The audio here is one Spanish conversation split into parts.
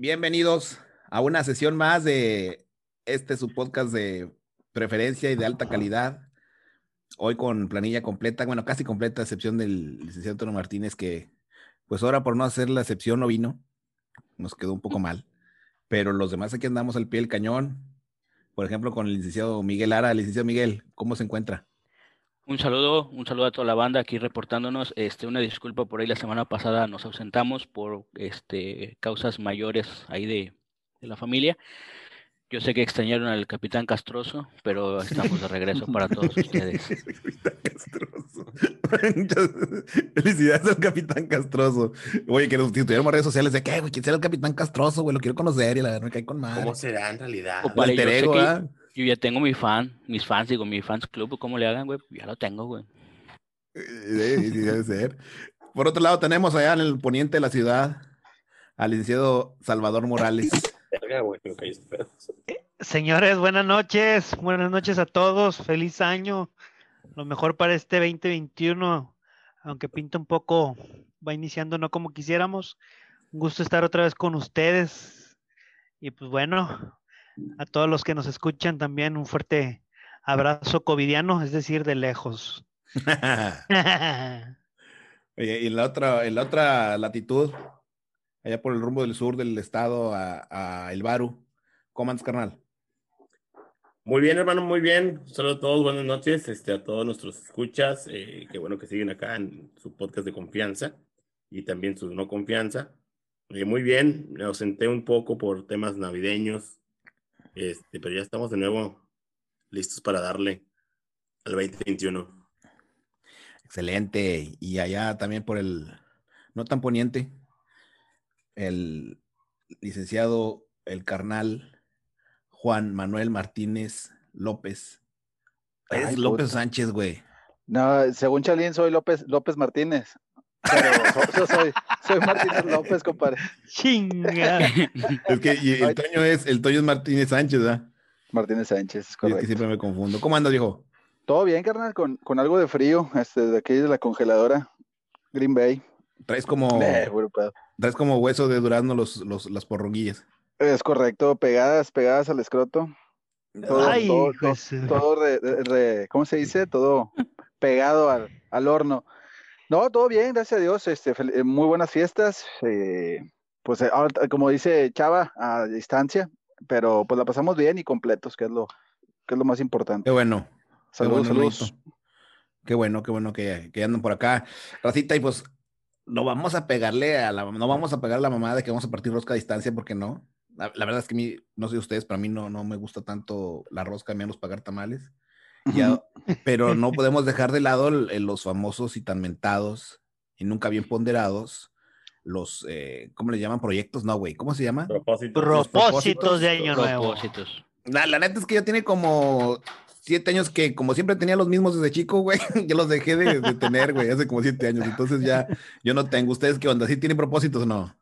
Bienvenidos a una sesión más de su podcast de preferencia y de alta calidad. Hoy con planilla completa, bueno, casi completa, a excepción del licenciado Antonio Martínez, que pues ahora por no hacer la excepción no vino, nos quedó un poco mal, pero los demás aquí andamos al pie del cañón. Por ejemplo, con el licenciado Miguel Lara. Licenciado Miguel, ¿cómo se encuentra? Un saludo a toda la banda aquí reportándonos. Una disculpa por ahí, la semana pasada nos ausentamos por causas mayores ahí de la familia. Yo sé que extrañaron al Capitán Castroso, pero estamos de regreso para todos ustedes. Capitán Castroso. Muchas felicidades al Capitán Castroso. Oye, que si tuviéramos redes sociales de qué, güey, ¿quién será el Capitán Castroso, güey? Lo quiero conocer y la verdad me cae con ¿Cómo madre. será en realidad? El Opale, alter yo sé ego, que ¿ah? yo ya tengo mis fans, digo, mi fans club, ¿cómo le hagan, güey? Ya lo tengo, güey. Sí, debe ser. Por otro lado, tenemos allá en el poniente de la ciudad al licenciado Salvador Morales. Verga, güey, me caíste pedo. Señores, buenas noches a todos, feliz año, lo mejor para este 2021, aunque pinta un poco, va iniciando no como quisiéramos, un gusto estar otra vez con ustedes y pues bueno, a todos los que nos escuchan también un fuerte abrazo covidiano, es decir, de lejos. Oye, y en la otra latitud, allá por el rumbo del sur del estado a El Baru, ¿cómo andas, carnal? Muy bien, hermano, muy bien. Saludos a todos, buenas noches, a todos nuestros escuchas, qué bueno que siguen acá en su podcast de confianza y también su no confianza. Muy bien, me ausenté un poco por temas navideños, pero ya estamos de nuevo listos para darle al 2021. Excelente. Y allá también por el no tan poniente, el licenciado, el carnal Juan Manuel Martínez López. Es Ay, López puta. Sánchez, güey. No, según Chalín soy López Martínez, pero soy Martínez López, compadre. Chinga. Es que y Ay, el Toño es Martínez Sánchez, ¿verdad? Martínez Sánchez, es Y es que correcto. siempre me confundo. ¿Cómo andas, viejo? Todo bien, carnal, con algo de frío, de aquí de la congeladora, Green Bay. Traes como, Puro pedo. traes como hueso de durazno las porronguillas. Es correcto, pegadas al escroto. Ay, Todo, hijo de su- todo ¿cómo se dice? Todo pegado al horno. No, todo bien, gracias a Dios, muy buenas fiestas, pues ahora, como dice Chava, a distancia, pero pues la pasamos bien y completos, que es lo más Qué importante. bueno. Qué Saludos, bueno, saludos. hermanito. Qué bueno que andan por acá. Racita, y pues no vamos a pegarle no vamos a pegar a la mamada de que vamos a partir rosca a distancia, porque no. La verdad es que no sé ustedes, para mí no me gusta tanto la rosca, menos pagar tamales. Ya, pero no podemos dejar de lado los famosos y tan mentados y nunca bien ponderados, ¿cómo le llaman? ¿Proyectos? No, güey, ¿cómo se llama? Propósitos. Los Propósitos de año nuevo. Propósitos. La neta es que yo tiene como 7 años que, como siempre tenía los mismos desde chico, güey, ya los dejé de tener, güey, hace como 7 años. Entonces ya yo no tengo. ¿Ustedes qué onda? ¿Sí tienen propósitos o no?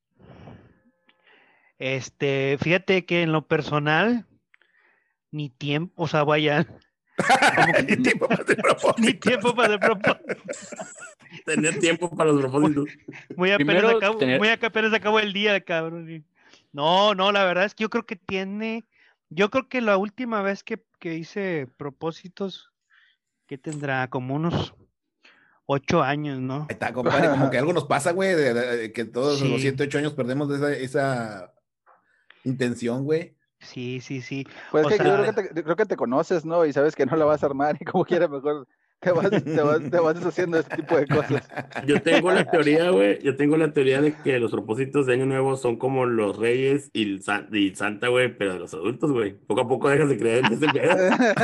Fíjate que en lo personal, ni tiempo, o sea, vaya, Ni tiempo para hacer ni propósitos. tiempo para hacer propósitos. Tener tiempo para los propósitos. Muy apenas Primero, acabo, apenas acabó el día, cabrón. No, la verdad es que yo creo que la última vez que hice propósitos, que tendrá como unos 8 años, ¿no? Ahí está, compadre, como que algo nos pasa, güey, que todos los Sí, 7, 8 años perdemos esa intención, güey. sí. Pues O que yo sea, creo que te conoces, ¿no? Y sabes que no la vas a armar y como quiera mejor te vas deshaciendo de ese tipo de cosas. Yo tengo la teoría, güey. Yo tengo la teoría de que los propósitos de Año Nuevo son como los Reyes y Santa, güey, pero de los adultos, güey. Poco a poco dejas de creer en ese pedo.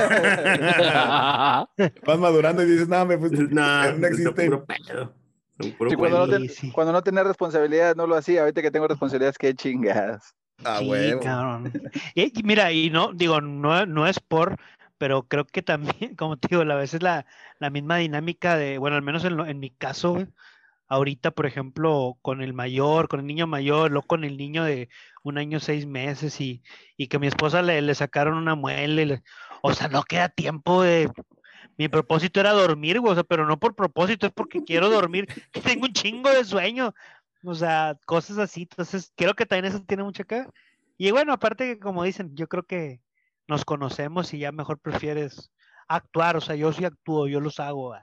Vas madurando y dices, no, No, no existe. puro pedo. Son puro Sí, cuento. sí. cuando no tenía responsabilidad no lo hacía, ahorita que tengo responsabilidades, qué chingas. Ah, Sí, huevo. cabrón. Y mira, y no, digo, no es pero creo que también, como te digo, a veces la misma dinámica bueno, al menos en mi caso, güey, ahorita, por ejemplo, con el niño mayor, luego con el niño de 1 año 6 meses y que mi esposa le sacaron una muela, o sea, no queda tiempo mi propósito era dormir, güey, o sea, pero no por propósito, es porque quiero dormir, que tengo un chingo de sueño. O sea, cosas así. Entonces, creo que también eso tiene mucho que ver. Y bueno, aparte que como dicen, yo creo que nos conocemos y ya mejor prefieres actuar. O sea, yo sí actúo, yo los hago.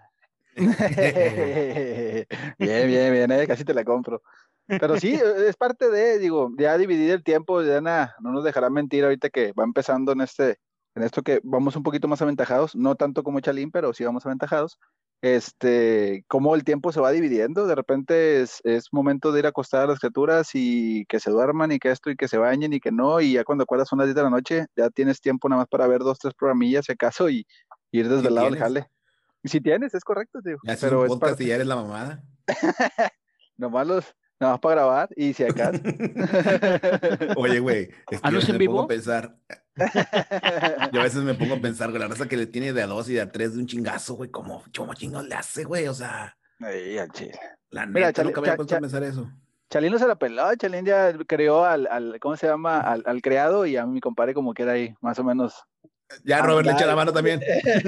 Bien, bien, casi te la compro. Pero sí, es parte de, digo, ya dividir el tiempo, Diana, no nos dejará mentir ahorita que va empezando en esto que vamos un poquito más aventajados, no tanto como Chalín, pero sí vamos aventajados. Cómo el tiempo se va dividiendo, de repente es momento de ir a acostar a las criaturas y que se duerman y que esto y que se bañen y que no, y ya cuando acuerdas son las 10 de la noche, ya tienes tiempo nada más para ver 2, 3 programillas, si acaso, y ir Si desvelado al tienes, jale. Y si tienes, es correcto, digo, haces un pero es podcast y parte. ya eres la mamada. Nomás nomás para grabar y si acaso. Oye, güey, es que ¿Ah, yo no a es veces en me pongo a vivo? pensar, yo a veces me pongo a pensar, güey, la raza que le tiene de a dos y de a tres de un chingazo, güey, ¿cómo chingos le hace, güey? O sea, Ahí, al chile. la Mira, neta, nunca me había puesto a pensar eso. Chalín no se la peló, Chalín ya creó ¿cómo se llama? Al criado y a mi compadre como que era ahí, más o menos. Ya Robert le echa la mano también.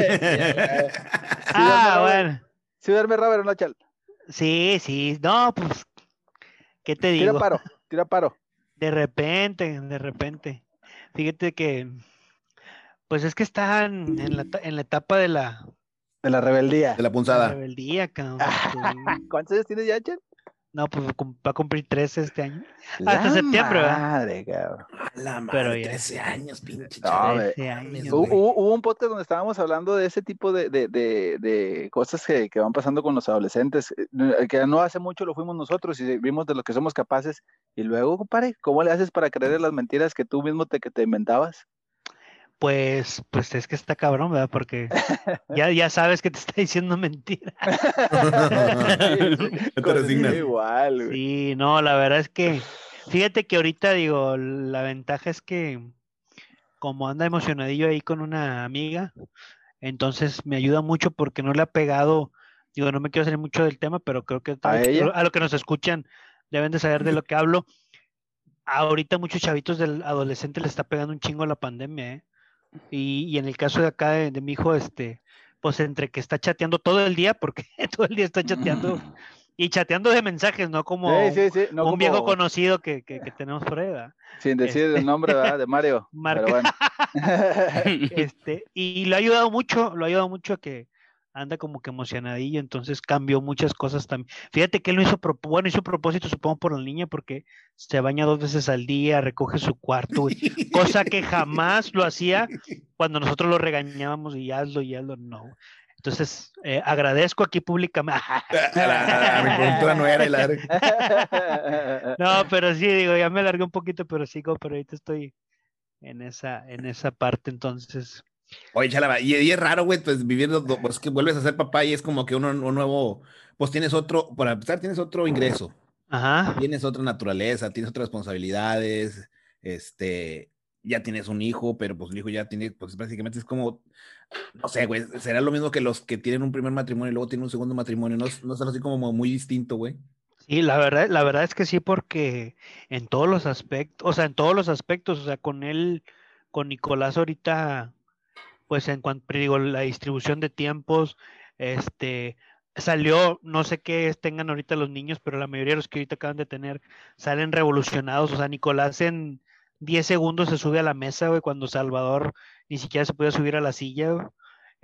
Sí duerme Robert, Bueno. sí duerme Robert, ¿no, Chal? Sí. No, pues, ¿qué te Tira digo? paro, tira paro. De repente. Fíjate que, pues es que están en la etapa de De la De rebeldía. la la punzada. rebeldía, cabrón. Sí. ¿Cuántos años tienes ya, Chal? No, pues va a cumplir 13 este año. Hasta La septiembre, ¿verdad? madre, cabrón. A la Pero madre, ya. 13 años, pinche No, chaval. 13 Mames, años, Hubo, güey. hubo un podcast donde estábamos hablando de ese tipo de cosas que van pasando con los adolescentes, que no hace mucho lo fuimos nosotros y vimos de lo que somos capaces. Y luego, compadre, ¿cómo le haces para creer en las mentiras que tú mismo que te inventabas? Pues es que está cabrón, ¿verdad? Porque ya sabes que te está diciendo mentira. Sí, Ya te conmigo resignas. igual, güey. Sí, no, la verdad es que, fíjate que ahorita digo, la ventaja es que como anda emocionadillo ahí con una amiga, entonces me ayuda mucho porque no le ha pegado, digo, no me quiero salir mucho del tema, pero creo que ¿A ella? a lo que nos escuchan deben de saber de lo que hablo. Ahorita muchos chavitos del adolescente le está pegando un chingo la pandemia, ¿eh? Y en el caso de acá de mi hijo, pues entre que está chateando todo el día, porque todo el día está chateando y chateando de mensajes, no Sí, como sí, sí, no un viejo como, conocido que tenemos por ahí, ¿verdad? sin decir el nombre, ¿verdad? De Mario, pero Marca, bueno. y lo ha ayudado mucho a que anda como que emocionadillo, entonces cambió muchas cosas también. Fíjate que él lo hizo, bueno, hizo propósito, supongo, por la niña, porque se baña 2 veces al día, recoge su cuarto, güey, cosa que jamás lo hacía cuando nosotros lo regañábamos y hazlo, no. Entonces, agradezco aquí públicamente. A mi productora no era y la No, pero sí, digo, ya me alargué un poquito, pero sigo, pero ahorita estoy en esa parte, entonces. Oye, chalaba, y es raro, güey, pues viviendo, pues que vuelves a ser papá y es como que un nuevo, pues tienes otro, para empezar, tienes otro ingreso, Ajá. tienes otra naturaleza, tienes otras responsabilidades, este, ya tienes un hijo, pero pues el hijo ya tiene, pues básicamente es como, no sé, güey, será lo mismo que los que tienen un primer matrimonio y luego tienen un segundo matrimonio, no es así como muy distinto, güey. Sí, la verdad es que sí, porque en todos los aspectos, o sea, en todos los aspectos, o sea, con él, con Nicolás ahorita, pues en cuanto, digo, la distribución de tiempos, salió, no sé qué tengan ahorita los niños, pero la mayoría de los que ahorita acaban de tener salen revolucionados, o sea, Nicolás en 10 segundos se sube a la mesa, güey, cuando Salvador ni siquiera se podía subir a la silla, güey.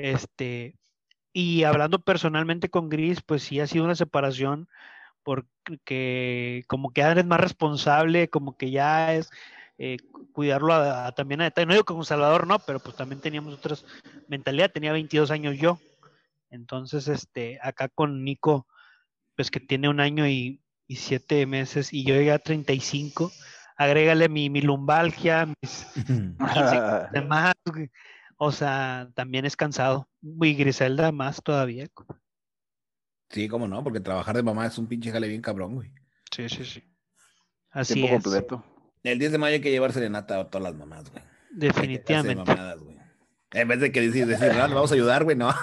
Y hablando personalmente con Gris, pues sí ha sido una separación porque como que ahora es más responsable, como que ya es cuidarlo también a detalle. No digo que con Salvador no, pero pues también teníamos otras mentalidad, tenía 22 años yo. Entonces, acá con Nico, pues que tiene 1 año y 7 meses y yo llegué a 35, agrégale mi lumbalgia, mis 15 demás, o sea, también es cansado. Y Griselda más todavía. Sí, cómo no, porque trabajar de mamá es un pinche jale bien cabrón, güey. Sí. Así Tiempo es, completo. El 10 de mayo hay que llevar serenata a todas las mamás, güey. Hay que dejarse de definitivamente. mamadas, güey. En vez de que decir, no, le vamos a ayudar, güey, no.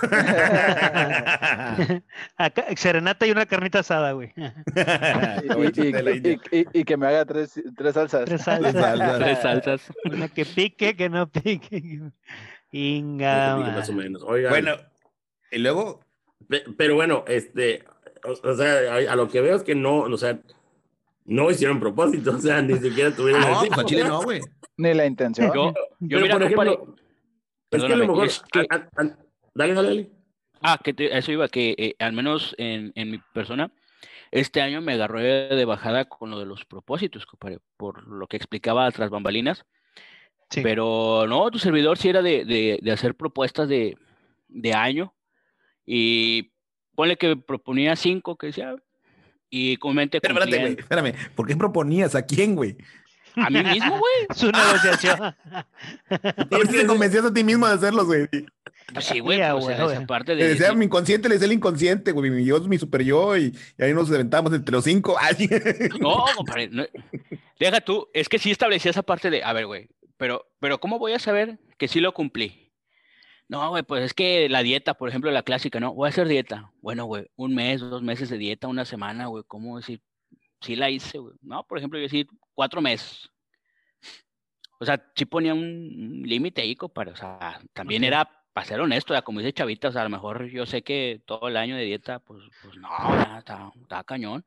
Acá, serenata y una carnita asada, güey. Como el chiste de la India. Y que me haga tres salsas. 3 De salsas. salsa. 3 salsas. Una que pique, que no pique. Inga, Más o man. menos. Oigan, Bueno, y luego, pero bueno, o sea, a lo que veo es que no, o sea, no hicieron propósito, o sea, ni siquiera tuvieron el No, pues tiempo. al chile no, güey. Ni la intención. Yo Pero, mira, por ejemplo, compadre, es que a lo perdóname, mejor, dale. eso iba, que al menos en mi persona, este año me agarró de bajada con lo de los propósitos, compadre, por lo que explicaba tras bambalinas. Sí. Pero no, tu servidor sí era de hacer propuestas de año y ponle que proponía 5 que decía y comúnmente Pero espérate, güey, cumplían. espérame. ¿Por qué proponías? ¿A quién, güey? A mí mismo, güey. Su negociación. A ver si te convencías a ti mismo de hacerlos, güey. Pues sí, güey, Ya, pues güey, esa güey. parte Le de decía sí. mi inconsciente, le decía el inconsciente, güey. Mi yo es mi super yo y ahí nos aventamos entre los 5. Ay. No, compadre, deja tú, es que sí establecía esa parte de, a ver, güey, pero ¿cómo voy a saber que sí lo cumplí? No, güey, pues es que la dieta, por ejemplo, la clásica, ¿no? Voy a hacer dieta. Bueno, güey, 1 mes, 2 meses de dieta, una semana, güey, ¿cómo decir? Sí la hice, güey. No, por ejemplo, yo decir 4 meses. O sea, sí ponía un límite ahí, compadre. O sea, también Ok. era, para ser honesto, ya como dice Chavita, o sea, a lo mejor yo sé que todo el año de dieta, pues no, ya está cañón.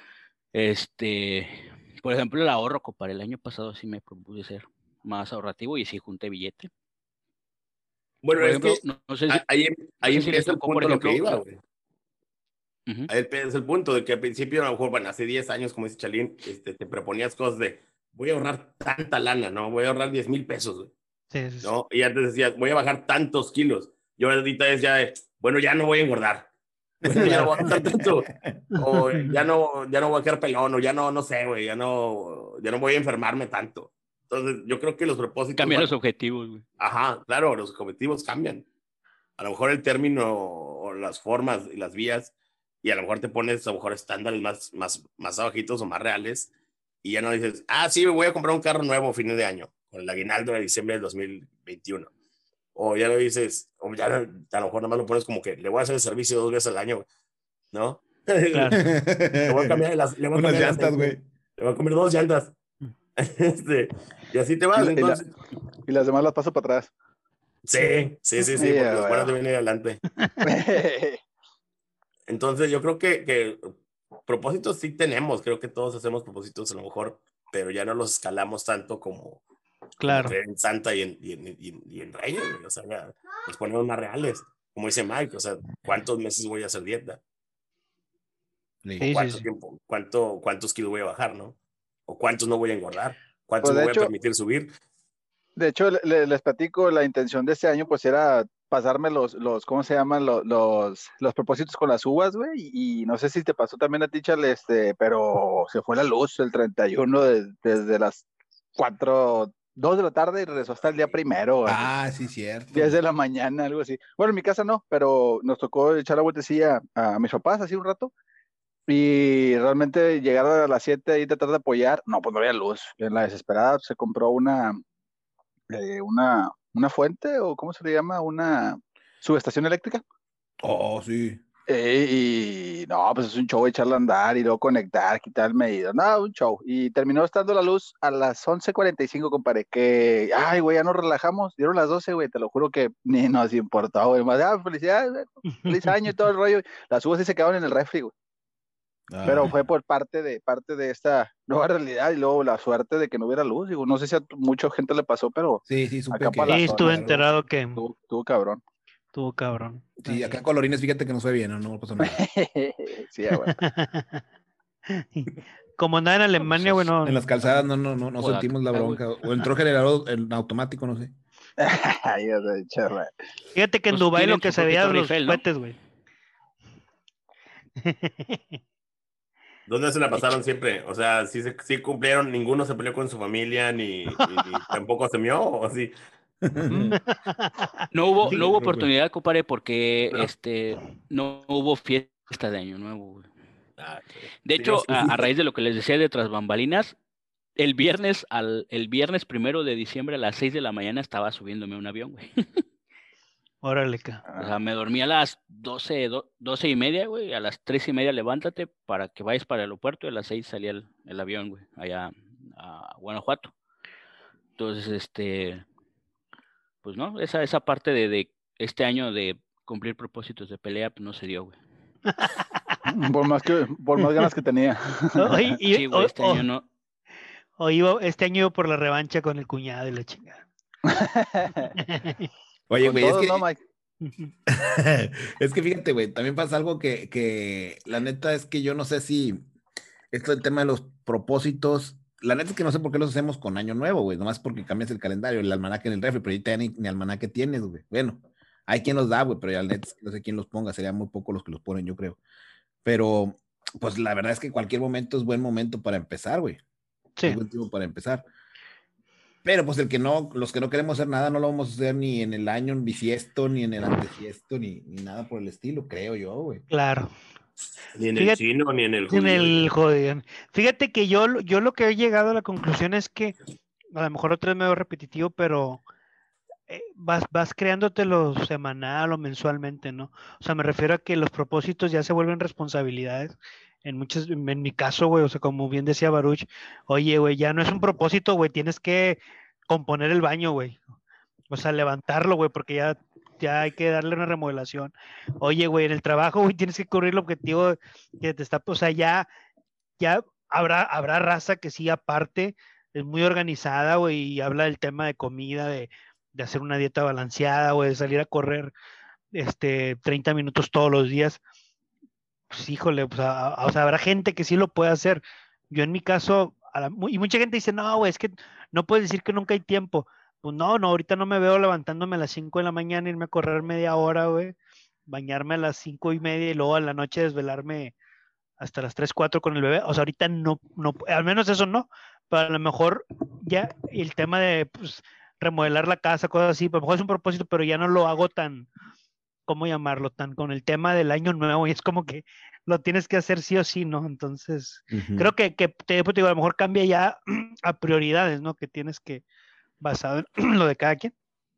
Por ejemplo, el ahorro, compadre. El año pasado sí me propuse ser más ahorrativo y sí junté billete. Bueno, Por es que ejemplo, no sé si, ahí no sé si les empieza el tocó, por punto a lo que ejemplo, iba, güey. Ujú. Ahí empieza el punto de que al principio, a lo mejor, bueno, hace 10 años, como dice Chalín, te proponías cosas de, voy a ahorrar tanta lana, ¿no? Voy a ahorrar 10,000 pesos, güey, Sí, sí, sí. ¿no? Y antes decías, voy a bajar tantos kilos. Y ahorita es ya de, bueno, ya no voy a engordar. Bueno, ya no voy a gastar tanto. O ya no voy a quedar pelón, o ya no sé, güey, ya no voy a enfermarme tanto. Entonces, yo creo que los propósitos Cambiar van, los objetivos, güey. ajá, claro, los objetivos cambian. A lo mejor el término o las formas y las vías, y a lo mejor te pones a lo mejor estándares más abajitos o más reales, y ya no dices, sí, me voy a comprar un carro nuevo a fines de año, con el aguinaldo de diciembre del 2021. O ya lo dices, o ya a lo mejor nada más lo pones como que le voy a hacer el servicio 2 veces al año, ¿no? Claro. Le voy a cambiar Unas el llantas, aceite, güey. le voy a cambiar 2 llantas. Y así te vas, entonces. Y las demás las paso para atrás. Sí, porque las buenas deben ir adelante. Entonces yo creo que propósitos sí tenemos, creo que todos hacemos propósitos a lo mejor, pero ya no los escalamos tanto como Claro. creer en Santa y en Reyes, güey. O sea, ya nos ponemos más reales, como dice Mike, o sea, ¿cuántos meses voy a hacer dieta? Sí, ¿Cuánto sí. tiempo, cuántos kilos voy a bajar, no? ¿O cuántos no voy a engordar? ¿Cuántos Pues me voy a permitir subir? de hecho, les platico, la intención de este año pues era pasarme ¿cómo se llaman? Los propósitos con las uvas, güey, y no sé si te pasó también a ti, Chale, pero se fue la luz el 31 desde las 2 de la tarde y regresó hasta el día primero, así, Sí, cierto. 10 de la mañana, algo así. Bueno, en mi casa no, pero nos tocó echar la vueltecilla a mis papás así un rato. Y realmente llegar a las 7 y tratar de apoyar, no, pues no había luz. En la desesperada se compró una fuente, o ¿cómo se le llama? Una subestación eléctrica. Oh, sí. Y no, pues es un show echarla a andar y luego conectar, quitar el medidor. No, un show. Y terminó estando la luz a las 11:45, compadre. Que, ay, güey, ya nos relajamos. Dieron las 12, güey. Te lo juro que ni nos importaba, güey. Más, felicidades, güey, feliz año y todo el rollo. Las uvas sí se quedaron en el refri, güey. Pero fue por parte de esta nueva realidad y luego la suerte de que no hubiera luz. Digo, no sé si a mucha gente le pasó, pero Sí, supe acá que. para la Sí, zona estuve enterado que estuvo cabrón. estuvo cabrón. Sí, acá en Colorines, fíjate que nos fue bien, no pasó nada. Sí, güey. Como andaba en Alemania, pues es- bueno, En las calzadas no O de sentimos la acá, güey. bronca. O entró generador en automático, no sé. Ay, ya sé, charra. fíjate que en Pues Dubái lo tienen que su se propia veía Torre los Eiffel, ¿no? cohetes, güey. ¿Dónde se la pasaron siempre? O sea, sí cumplieron, ninguno se peleó con su familia, ni tampoco se mió, o sí. No hubo Sí, oportunidad, compadre, porque No. no hubo fiesta de Año Nuevo, güey. Sí. De Sí, no, hecho, sí, a sí. raíz de lo que les decía de tras bambalinas, el viernes 1 de diciembre a las 6 de la mañana estaba subiéndome a un avión, güey. órale, ca. O sea, me dormí a las 12:30, güey. A las 3:30 levántate para que vayas para el aeropuerto y a las 6 salía el avión, güey, allá a Guanajuato. Entonces, pues no, esa parte de este año de cumplir propósitos de pelea, pues no se dio, güey. Por más ganas que tenía. Oye, Sí, güey, este año no. Este año iba por la revancha con el cuñado y la chingada. Oye, Con güey, es todos, ¿no, que, Mike? es que fíjate, güey, también pasa algo que la neta es que yo no sé si esto del tema de los propósitos, la neta es que no sé por qué los hacemos con Año Nuevo, güey, nomás porque cambias el calendario, el almanaque en el refri, pero ahorita ya ni almanaque tienes, güey. Bueno, hay quien los da, güey, pero ya la neta es que no sé quién los ponga, serían muy pocos los que los ponen, yo creo. Pero, pues la verdad es que cualquier momento es buen momento para empezar, güey. Sí. Es buen tiempo para empezar. Pero pues los que no queremos hacer nada, no lo vamos a hacer ni en el año bisiesto, ni en el antesiesto, ni nada por el estilo, creo yo, güey. Claro. Ni en el Fíjate, chino, ni en el en judío. el jodido. Fíjate que yo lo que he llegado a la conclusión es que a lo mejor otra vez medio repetitivo, pero vas creándotelo semanal o mensualmente, ¿no? O sea, me refiero a que los propósitos ya se vuelven responsabilidades. En mi caso, güey, o sea, como bien decía Baruch, oye, güey, ya no es un propósito, güey, tienes que componer el baño, güey. O sea, levantarlo, güey, porque ya hay que darle una remodelación. Oye, güey, en el trabajo, güey, tienes que cubrir el objetivo que te está, o sea, ya habrá raza que sí, aparte, es muy organizada, güey, y habla del tema de comida, de hacer una dieta balanceada, güey, de salir a correr 30 minutos todos los días. Pues híjole, pues, o sea, habrá gente que sí lo puede hacer. Yo en mi caso, y mucha gente dice, no, güey, es que no puedes decir que nunca hay tiempo. Pues no, ahorita no me veo levantándome a las 5 de la mañana, irme a correr media hora, güey, bañarme a las 5:30 y luego a la noche desvelarme hasta las 3 4 con el bebé. O sea, ahorita no, al menos eso no, pero a lo mejor ya el tema de pues, remodelar la casa, cosas así, a lo mejor es un propósito, pero ya no lo hago tan, ¿cómo llamarlo? Tan con el tema del año nuevo y es como que lo tienes que hacer sí o sí, ¿no? Entonces, creo que pues, digo, a lo mejor cambia ya a prioridades, ¿no? Que tienes que, basado en lo de cada quien.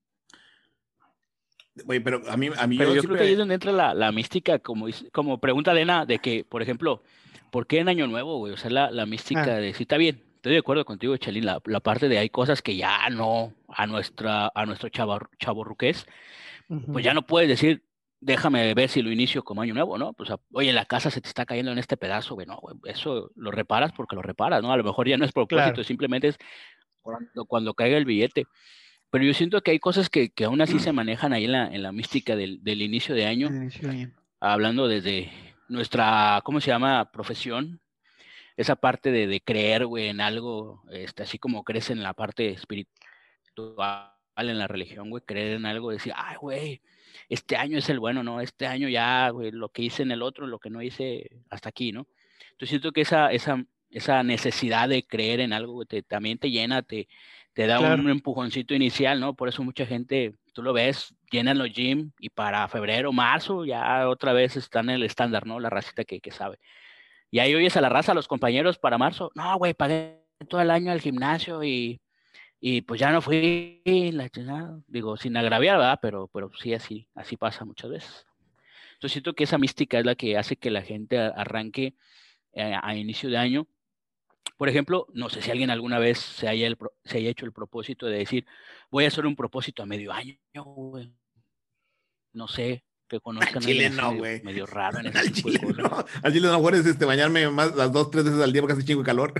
Güey, pero a mí Pero yo creo que ahí es siempre... donde entra la mística, como pregunta Elena, de que, por ejemplo, ¿por qué en Año Nuevo, güey? O sea, la mística de, sí, está bien, estoy de acuerdo contigo, Chalín, la parte de hay cosas que ya no, a nuestro chavorruqués, pues ya no puedes decir, déjame ver si lo inicio como Año Nuevo, ¿no? Pues, oye, la casa se te está cayendo en este pedazo, güey, no, güey, eso lo reparas porque lo reparas, ¿no? A lo mejor ya no es propósito, Claro. simplemente es cuando caiga el billete. Pero yo siento que hay cosas que aún así se manejan ahí en la mística del inicio de año, hablando desde nuestra, ¿cómo se llama? Profesión, esa parte de creer, güey, en algo, así como crees en la parte espiritual, en la religión, güey, creer en algo, decir, ay, güey, este año es el bueno, ¿no? Este año ya, güey, lo que hice en el otro, lo que no hice hasta aquí, ¿no? Entonces siento que esa necesidad de creer en algo, güey, también te llena, te da Claro. un empujoncito inicial, ¿no? Por eso mucha gente, tú lo ves, llenan los gym y para febrero, marzo, ya otra vez están en el estándar, ¿no? La racita que sabe. Y ahí oyes a la raza, a los compañeros para marzo, no, güey, pagué todo el año al gimnasio y pues ya no fui, la chingada. Digo, sin agraviar, ¿verdad? Pero sí, así pasa muchas veces. Entonces siento que esa mística es la que hace que la gente arranque a inicio de año. Por ejemplo, no sé si alguien alguna vez se haya hecho el propósito de decir, voy a hacer un propósito a medio año, güey. No sé, que conozcan a Chile alguien así no, güey. medio raro en ese Al tipo de Chile cosas. no. Al Chile no, mejor es bañarme más las 2, 3 veces al día porque hace chingo de calor.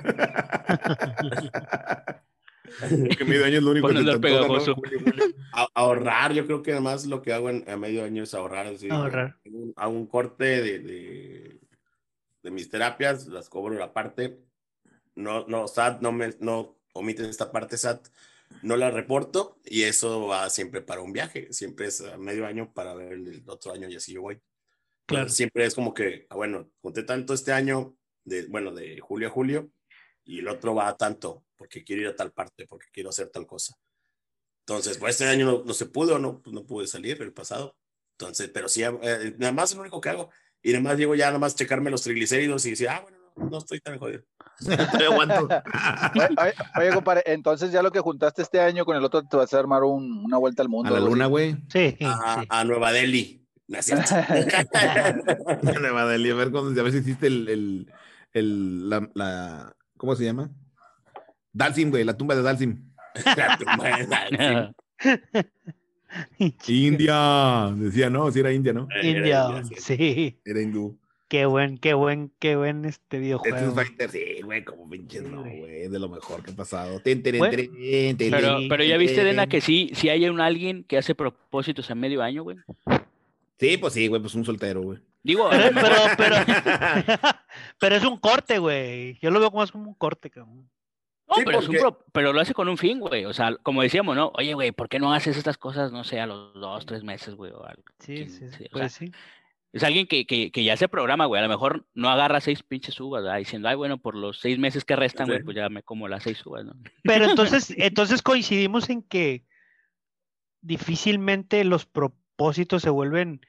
Que medio año es lo único Por que no se te andar antoja, ¿no? pegajoso. Julio. Ahorrar, yo creo que además lo que hago a medio año es ahorrar. Así, Ahorrar. hago un corte de mis terapias, las cobro la parte. No, SAT, no omiten esta parte SAT, no la reporto y eso va siempre para un viaje. Siempre es a medio año para ver el otro año y así yo voy. Claro. Entonces siempre es como que, bueno, junté tanto este año, de julio a julio, y el otro va a tanto, porque quiero ir a tal parte, porque quiero hacer tal cosa. Entonces, pues este año no se pudo, pues no pude salir el pasado. Entonces, pero sí, nada más es lo único que hago. Y nada más llego ya nada más checarme los triglicéridos y decir, bueno, no estoy tan jodido. Te aguanto. Oye, compadre, entonces ya lo que juntaste este año con el otro te vas a armar una vuelta al A mundo. la algo luna, así. güey. Sí, sí. A Nueva Delhi. No es cierto. A Nueva Delhi, a ver si hiciste ¿cómo se llama? Dalsim, güey, la tumba de Dalsim. La tumba de Dalsim. India, decía, no, si era India, ¿no? India, Sí. sí. Era hindú. Qué buen videojuego. Street Fighter, sí, güey, como pinches, Sí, no, güey. güey, de lo mejor que ha pasado. Tin, tin, Güey, tin, tin, tin, Pero, Sí. pero ya viste, Dena, que sí hay alguien que hace propósitos a medio año, güey. Sí, pues sí, güey, pues un soltero, güey. Digo, a lo mejor. Pero es un corte, güey. Yo lo veo más como un corte, cabrón. No, Sí, pero porque pero lo hace con un fin, güey. O sea, como decíamos, ¿no? Oye, güey, ¿por qué no haces estas cosas, no sé, a los 2, 3 meses, güey? O algo. Sí, sí, O sea, pues sí. es alguien que ya se programa, güey. A lo mejor no agarra 6 pinches uvas, ¿verdad? Diciendo, ay, bueno, por los 6 meses que restan, güey, sí. pues ya me como las 6 uvas, ¿no? Pero entonces coincidimos en que difícilmente los propósitos se vuelven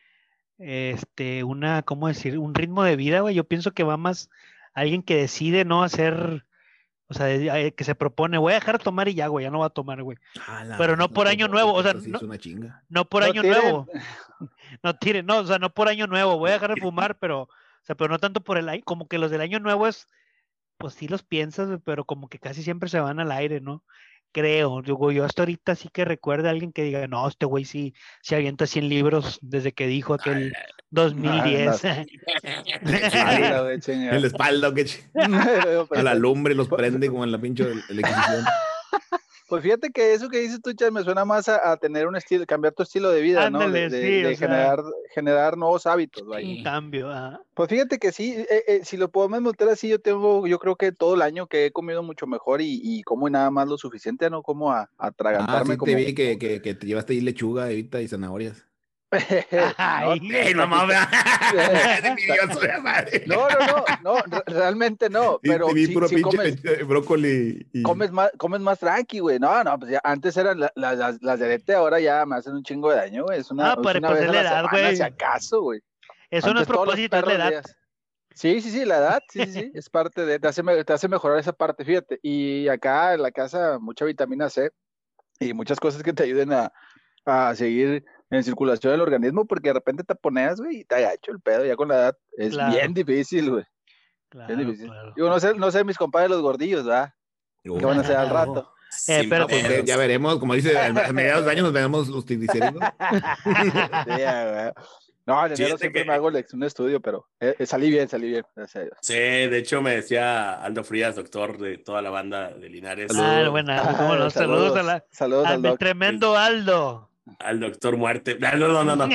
¿cómo decir? Un ritmo de vida, güey. Yo pienso que va más alguien que decide no hacer, o sea, que se propone, voy a dejar de tomar y ya, güey, ya no va a tomar, güey. Ah, la Pero no verga, por año nuevo, o sea, sí, es una chinga. no por No año tiren. nuevo, no tiren, no, o sea, no por año nuevo, voy a dejar de fumar, pero, o sea, pero no tanto por el año, como que los del año nuevo es, pues sí los piensas, güey, pero como que casi siempre se van al aire, ¿no? Creo, digo, yo hasta ahorita sí que recuerde a alguien que diga, no, este güey sí se avienta 100 libros desde que dijo aquel Ah, 2010. En la espalda, güey, En chinga. la espalda, ¿qué? A la lumbre los prende como en la pinche electricidad. Pues fíjate que eso que dices tú, Chay, me suena más a tener un estilo, cambiar tu estilo de vida, ¿no? Ándale, sí, o sea, generar nuevos hábitos, vaya. un cambio. Pues fíjate que sí, si lo podemos meter así, yo creo que todo el año que he comido mucho mejor y como nada más lo suficiente, no como a Ah, atragantarme sí te como. vi que te llevaste ahí lechuga, evita y zanahorias. No, Ay, ¡Ey, mamá! Es envidioso, ya madre. no, realmente no, Sí, te pero vi sí, puro sí pinche comes, brócoli. comes más tranqui, güey. No, pues ya, antes eran las de arete, ahora ya me hacen un chingo de daño, güey. Es una pues vez es a la la edad, semana, si güey. acaso, güey. Eso no es Antes todos los propósito, es la perros edad. días. Sí, la edad, sí, es parte te hace mejorar esa parte, fíjate. Y acá en la casa, mucha vitamina C y muchas cosas que te ayuden a seguir en circulación del organismo, porque de repente te pones, güey, y te agacho el pedo, ya con la edad es bien Claro, difícil, güey, bien claro, difícil. claro. Digo, no sé mis compadres los gordillos, ¿verdad? ¿Qué van a hacer al rato? Sin No, Pero pues pedos. ya veremos, como dice, a mediados de año nos veremos los triglicéridos. Sí, güey. No, en enero Fíjate siempre que, me hago un estudio, pero salí bien, gracias a Dios. sí, de hecho me decía Aldo Frías, doctor de toda la banda de Linares, Saludos. Bueno, cómo no, saludos Saludos a al mi doc. tremendo Aldo. al doctor Muerte. No.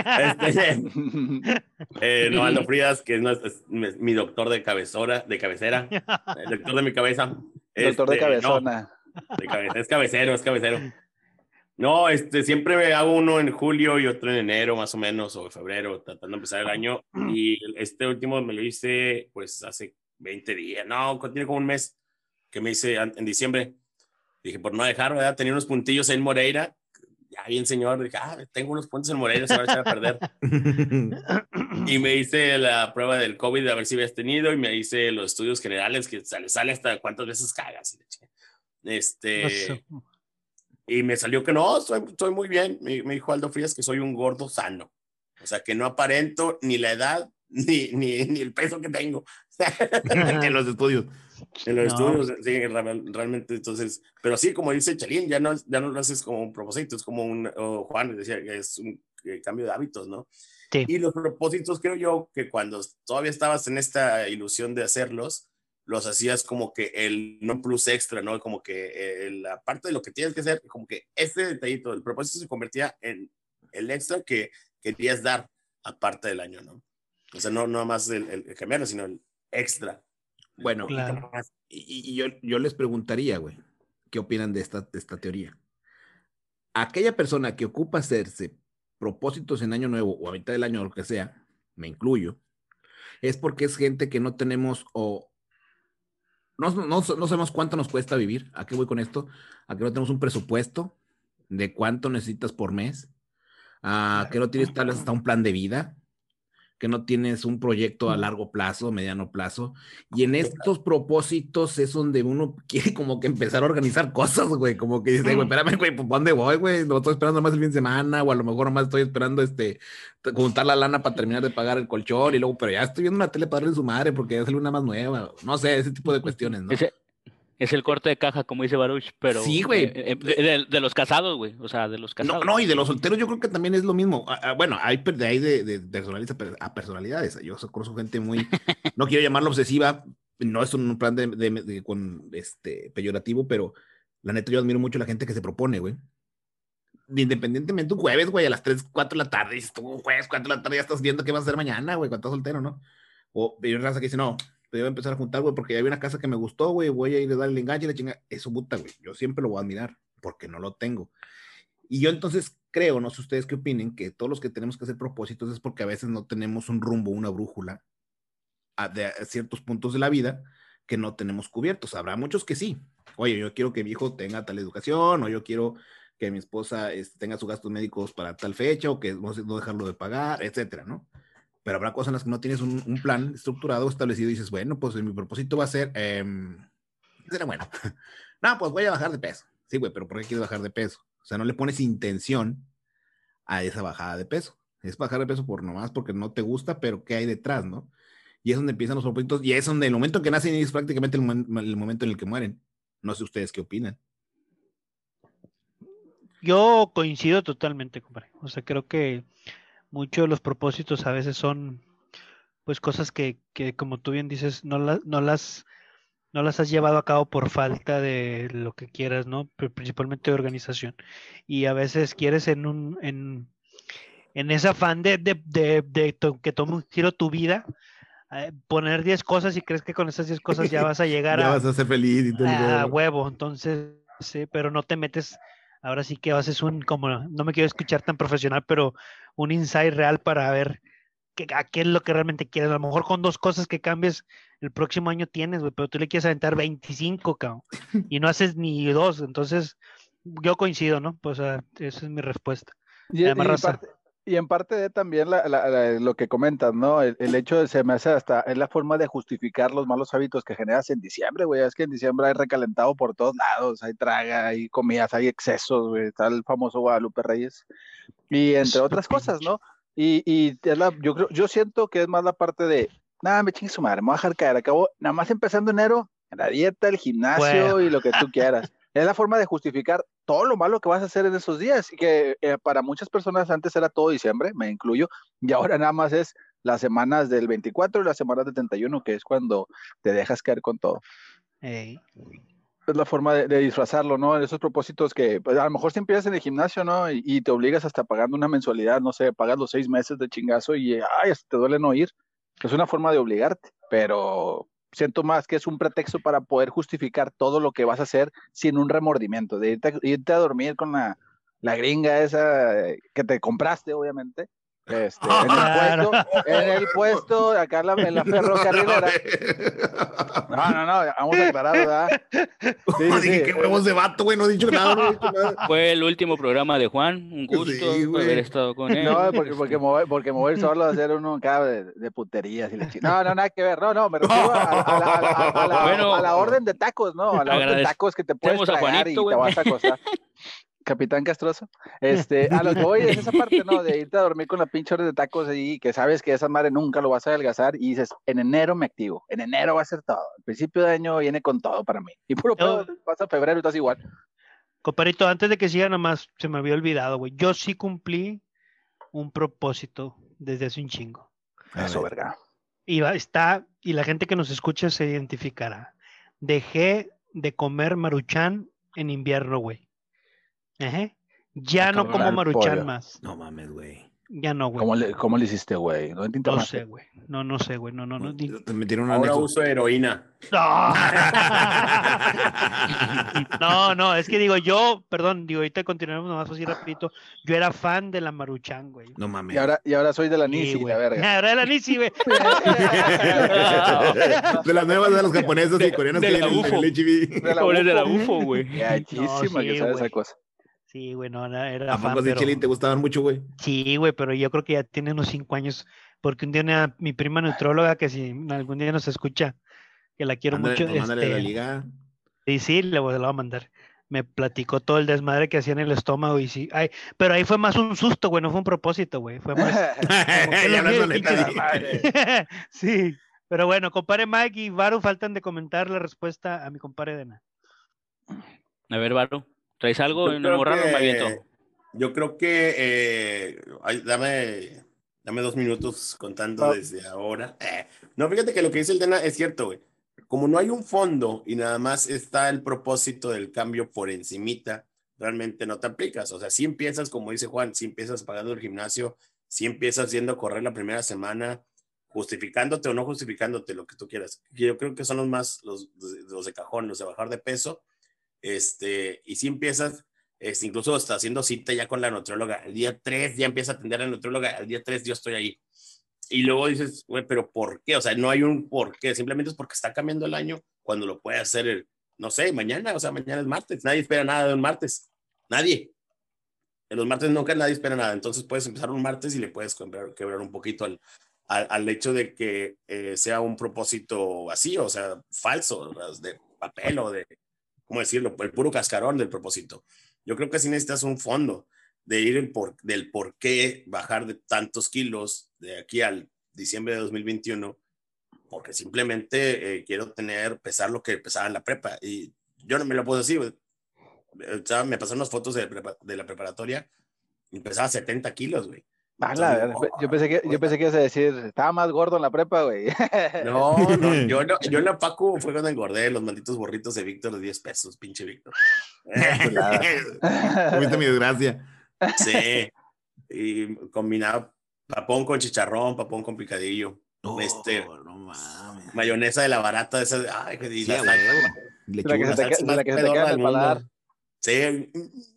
No, Aldo Frías, que es mi doctor de cabecera, el doctor de mi cabeza. Doctor de No, cabezona. de cabeza, es cabecero. No, siempre me hago uno en julio y otro en enero, más o menos, o en febrero, tratando de empezar el año. Y este último me lo hice, pues, hace 20 días. No, tiene como un mes que me hice en diciembre. Dije, por no dejar, ¿verdad? Tenía unos puntillos en Moreira. Ya bien, señor. Dije, tengo unos puntos en Moreira, se van a echar a perder. Y me hice la prueba del COVID de a ver si habías tenido, y me hice los estudios generales, que sale hasta cuántas veces cagas. No sé. Y me salió que no, estoy muy bien. Me dijo Aldo Frías que soy un gordo sano. O sea, que no aparento ni la edad, ni el peso que tengo. En los estudios. En los No. estudios, sí, realmente, entonces, pero sí, como dice Chalín, ya no lo haces como un propósito, es como Juan decía, que es un cambio de hábitos, ¿no? Sí. Y los propósitos, creo yo, que cuando todavía estabas en esta ilusión de hacerlos, los hacías como que el no plus extra, ¿no? Como que la parte de lo que tienes que hacer, como que ese detallito, el propósito se convertía en el extra que querías dar aparte del año, ¿no? O sea, no más el cambiarlo, sino el extra. Bueno, Claro. y yo les preguntaría, güey, ¿qué opinan de esta teoría? Aquella persona que ocupa hacerse propósitos en año nuevo o a mitad del año o lo que sea, me incluyo, es porque es gente que no tenemos o no sabemos cuánto nos cuesta vivir. ¿A qué voy con esto? A que no tenemos un presupuesto de cuánto necesitas por mes, a que no tienes tal vez hasta un plan de vida, que no tienes un proyecto a largo plazo, mediano plazo, y en estos propósitos es donde uno quiere como que empezar a organizar cosas, güey, como que dice, güey, espérame, güey, ¿por dónde voy, güey? No estoy esperando más el fin de semana, o a lo mejor nomás estoy esperando juntar la lana para terminar de pagar el colchón, y luego, pero ya estoy viendo una tele para darle su madre porque ya sale una más nueva, no sé, ese tipo de cuestiones, ¿no? Es el corte de caja, como dice Baruch, pero Sí, güey. de los casados, güey. O sea, de los casados. No, y de los solteros yo creo que también es lo mismo. Bueno, hay de personalidades a personalidades. Yo conozco gente muy, no quiero llamarlo obsesiva, no es un plan con peyorativo, pero la neta yo admiro mucho a la gente que se propone, güey. Independientemente, un jueves, güey, a las 3, 4 de la tarde, dices tú, jueves, 4 de la tarde, ya estás viendo qué vas a hacer mañana, güey, cuando estás soltero, ¿no? O hay una raza que dice, no, te voy a empezar a juntar, güey, porque ya vi una casa que me gustó, güey, voy a ir a darle el enganche y la chinga. Eso, puta, güey, yo siempre lo voy a admirar, porque no lo tengo. Y yo entonces creo, no sé ustedes qué opinen, que todos los que tenemos que hacer propósitos es porque a veces no tenemos un rumbo, una brújula a ciertos puntos de la vida que no tenemos cubiertos. Habrá muchos que sí. Oye, yo quiero que mi hijo tenga tal educación, o yo quiero que mi esposa tenga sus gastos médicos para tal fecha, o que no dejarlo de pagar, etcétera, ¿no? Pero habrá cosas en las que no tienes un plan estructurado, establecido, y dices, bueno, pues mi propósito va a ser, será bueno. No, pues voy a bajar de peso. Sí, güey, pero ¿por qué quieres bajar de peso? O sea, no le pones intención a esa bajada de peso. Es bajar de peso por nomás porque no te gusta, pero ¿qué hay detrás, no? Y es donde empiezan los propósitos, y es donde el momento que nacen es prácticamente el momento en el que mueren. No sé ustedes qué opinan. Yo coincido totalmente, compadre. O sea, creo que muchos de los propósitos a veces son, pues, cosas que como tú bien dices, no las has llevado a cabo por falta de lo que quieras, ¿no? Principalmente de organización. Y a veces quieres en ese afán que tome un giro tu vida, poner 10 cosas y crees que con esas 10 cosas ya vas a llegar ya vas a ser feliz y todo a huevo. Entonces, sí, pero no te metes. Ahora sí que haces como, no me quiero escuchar tan profesional, pero un insight real para ver a qué es lo que realmente quieres. A lo mejor con 2 cosas que cambies el próximo año tienes, güey, pero tú le quieres aventar 25, cabrón, y no haces ni 2. Entonces, yo coincido, ¿no? Pues esa es mi respuesta. Y en parte de también lo que comentas, ¿no? El hecho de se me hace hasta, es la forma de justificar los malos hábitos que generas en diciembre, güey. Es que en diciembre hay recalentado por todos lados, hay traga, hay comidas, hay excesos, güey. Está el famoso Guadalupe Reyes. Y entre otras cosas, ¿no? Y yo siento que es más la parte de, nada, me chingue su madre, me voy a dejar caer. Acabo, nada más empezando enero, la dieta, el gimnasio y lo que tú quieras. Es la forma de justificar todo lo malo que vas a hacer en esos días. Y que para muchas personas antes era todo diciembre, me incluyo, y ahora nada más es las semanas del 24 y las semanas del 31, que es cuando te dejas caer con todo. Hey. Es la forma de disfrazarlo, ¿no? Esos propósitos que pues, a lo mejor si empiezas en el gimnasio, ¿no? Y te obligas hasta pagando una mensualidad, no sé, pagas los 6 meses de chingazo y ay, hasta te duele no ir. Es una forma de obligarte, pero siento más que es un pretexto para poder justificar todo lo que vas a hacer sin un remordimiento, de irte a dormir con la gringa esa que te compraste, obviamente. En el puesto, acá en la ferrocarrilera. No, vamos a aclarar, ¿verdad? Dije, qué huevos de vato, güey, no he dicho nada, no he dicho nada. Fue el último programa de Juan, un gusto haber estado con él. No, porque me voy a ir solo a hacer uno acá de puterías y la chingada. No, nada que ver, no, me refiero a la orden de tacos, ¿no? A la orden de tacos que te puedes tragar y te vas a acostar. Capitán Castroso, a lo que voy es esa parte, ¿no? De irte a dormir con la pinche orden de tacos ahí, que sabes que esa madre nunca lo vas a adelgazar y dices, en enero me activo, en enero va a ser todo, el principio de año viene con todo para mí, y puro pasa febrero y estás igual. Comparito, antes de que siga nomás, se me había olvidado, güey, yo sí cumplí un propósito desde hace un chingo. Eso, verga. Y la gente que nos escucha se identificará. Dejé de comer Maruchan en invierno, güey. Ajá. Ya no como Maruchan más. No mames, güey. Ya no, güey. ¿Cómo le hiciste, güey? No sé, güey. No sé, güey. No. Te metieron ahora uso heroína. No, es que digo, ahorita continuamos nomás así rapidito. Yo era fan de la Maruchan, güey. No mames. Y ahora soy de la Nisi, güey. la verga. Ahora de la Nisi, güey. De las nuevas de los japoneses y coreanos de la UFO. De la UFO, güey. Muchísima que sabe esa cosa. Sí, güey, no, era ¿A poco de Chile te gustaban mucho, güey? Sí, güey, pero yo creo que ya tiene unos 5 años, porque un día mi prima neutróloga, que si algún día nos escucha, que la quiero mucho. Mándale la liga. Sí, la voy a mandar. Me platicó todo el desmadre que hacía en el estómago y sí. Pero ahí fue más un susto, güey, no fue un propósito, güey. Fue más. Sí, pero bueno, compadre Mike y Varu faltan de comentar la respuesta a mi compadre Dena. A ver, Varo, ¿traes algo Yo en el creo morral o me aviento? Yo creo que dame 2 minutos contando Ah. desde ahora. No, fíjate que lo que dice el Dena es cierto, güey. Como no hay un fondo y nada más está el propósito del cambio por encimita, realmente no te aplicas. O sea, si empiezas, como dice Juan, si empiezas pagando el gimnasio, si empiezas yendo a correr la primera semana, justificándote o no justificándote, lo que tú quieras. Yo creo que son los de cajón, los de bajar de peso. Y si empiezas, incluso hasta haciendo cita ya con la nutrióloga, el día 3 ya empieza a atender a la nutrióloga, el día 3 yo estoy ahí. Y luego dices, güey, pero ¿por qué? O sea, no hay un por qué, simplemente es porque está cambiando el año cuando lo puede hacer, no sé, mañana, o sea, mañana es martes, nadie espera nada de un martes, nadie. En los martes nunca nadie espera nada, entonces puedes empezar un martes y le puedes quebrar un poquito al hecho de que sea un propósito vacío, o sea, falso, de papel o de, ¿cómo decirlo? El puro cascarón del propósito. Yo creo que sí necesitas un fondo de ir del por qué bajar de tantos kilos de aquí al diciembre de 2021, porque simplemente quiero pesar lo que pesaba en la prepa. Y yo no me lo puedo decir, o sea, me pasaron unas fotos de la preparatoria y pesaba 70 kilos, güey. Entonces, Yo pensé que ibas a decir, estaba más gordo en la prepa, güey. no, yo en la Paco fue cuando engordé los malditos burritos de Víctor de 10 pesos, pinche Víctor. Tuviste mi desgracia. Sí, y combinaba papón con chicharrón, papón con picadillo. No mames. Mayonesa de la barata, esa, ay, y Sí, la a salsa, huevo. La salsa que más se te pedorra queda en del el mundo. paladar. Sí.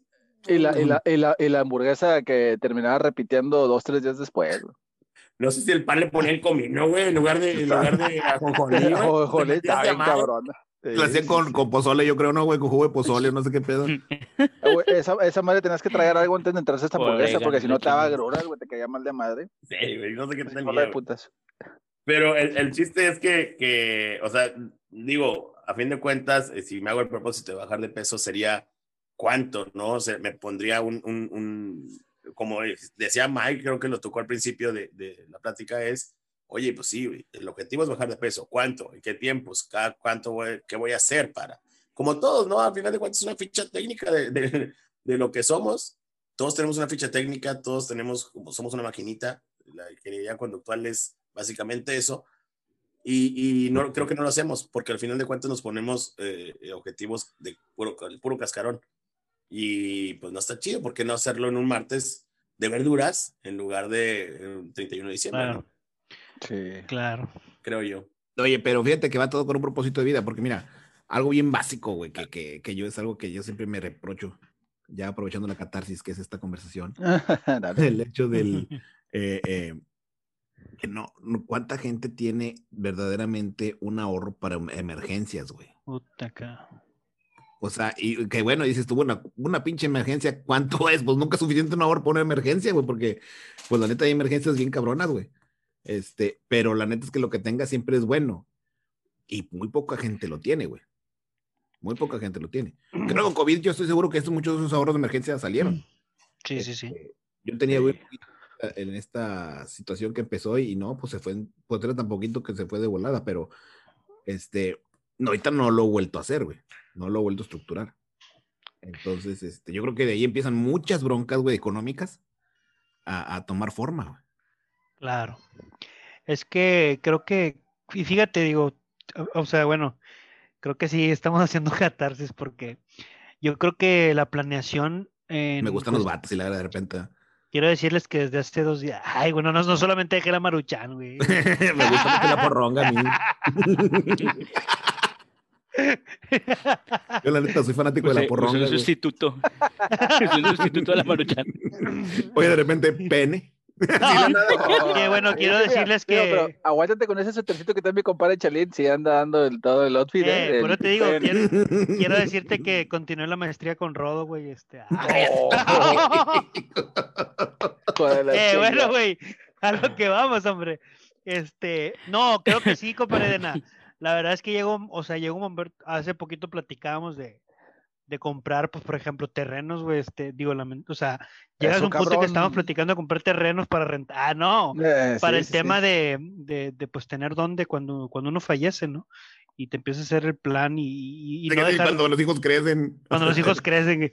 Y la hamburguesa que terminaba repitiendo 2, 3 días después. No sé si el pan le ponía el comino, güey, en lugar de ajonjolí, güey. Joder, Te está metías de bien madre. cabrón. Lo hacían con pozole, yo creo, ¿no, güey? Con jugo de pozole, no sé qué pedo. Güey, esa madre tenías que traer algo antes de entrarse a esta hamburguesa, Orégano, porque si no te daba leche. gruras, güey, te caía mal de madre. Sí, güey, no sé qué tenía. Hola de putas. Pero el chiste es que, o sea, digo, a fin de cuentas, si me hago el propósito de bajar de peso, sería cuánto, ¿no? O sea, me pondría como decía Mike, creo que lo tocó al principio de la plática, oye, pues sí, el objetivo es bajar de peso, ¿cuánto? ¿En qué tiempos? ¿Qué voy a hacer para? Como todos, ¿no? Al final de cuentas es una ficha técnica de lo que somos. Todos tenemos una ficha técnica, todos somos una maquinita. La ingeniería conductual es básicamente eso. Y no, creo que no lo hacemos, porque al final de cuentas nos ponemos objetivos de puro cascarón. Y pues no está chido, ¿por qué no hacerlo en un martes de verduras en lugar de 31 de diciembre? Claro. ¿No? Sí. Claro. Creo yo. Oye, pero fíjate que va todo con un propósito de vida, porque mira, algo bien básico, güey, que yo es algo que yo siempre me reprocho, ya aprovechando la catarsis que es esta conversación, Dale. el hecho del que cuánta gente tiene verdaderamente un ahorro para emergencias, güey. Puta acá. O sea, y que bueno, dices tú, una pinche emergencia, ¿cuánto es? Pues nunca es suficiente un ahorro para una emergencia, güey, porque pues la neta hay emergencias bien cabronas, güey. Pero la neta es que lo que tenga siempre es bueno. Y muy poca gente lo tiene, güey. Muy poca gente lo tiene. Creo que con COVID yo estoy seguro que muchos de esos ahorros de emergencia salieron. Sí, sí, sí. Yo tenía, Sí. güey, en esta situación que empezó y no, pues se fue, pues era tan poquito que se fue de volada, pero no, ahorita no lo he vuelto a hacer, güey. No lo he vuelto a estructurar. Entonces, yo creo que de ahí empiezan muchas broncas, güey, económicas a tomar forma, güey. Claro. Es que creo que, y fíjate, digo, o sea, bueno, creo que sí estamos haciendo catarsis porque yo creo que la planeación Me gustan los vatos y la de repente. quiero decirles que desde hace 2 días, ay, bueno, no solamente dejé la Maruchan, güey. Me gusta mucho la porronga a mí. Yo la neta soy fanático de la porronga, un güey. sustituto. Es un sustituto a la Maruchan. Oye, de repente, pene. Que bueno, quiero decirles que... Pero aguántate con ese suétercito que también mi compadre Chalín, si anda dando todo el outfit. Pero te digo, quiero decirte que continué la maestría con Rodo, güey. Bueno, güey, a lo que vamos, hombre. No, creo que sí, compadre Dena. La verdad es que llegó un momento, hace poquito platicábamos de comprar, pues, por ejemplo, terrenos, güey, o sea, llegas a un punto que estamos platicando de comprar terrenos para rentar, no, para el tema de pues tener dónde cuando uno fallece, ¿no? y te empiezas a hacer el plan y Sí, no sí, dejar, cuando los hijos crecen. cuando los hijos crecen,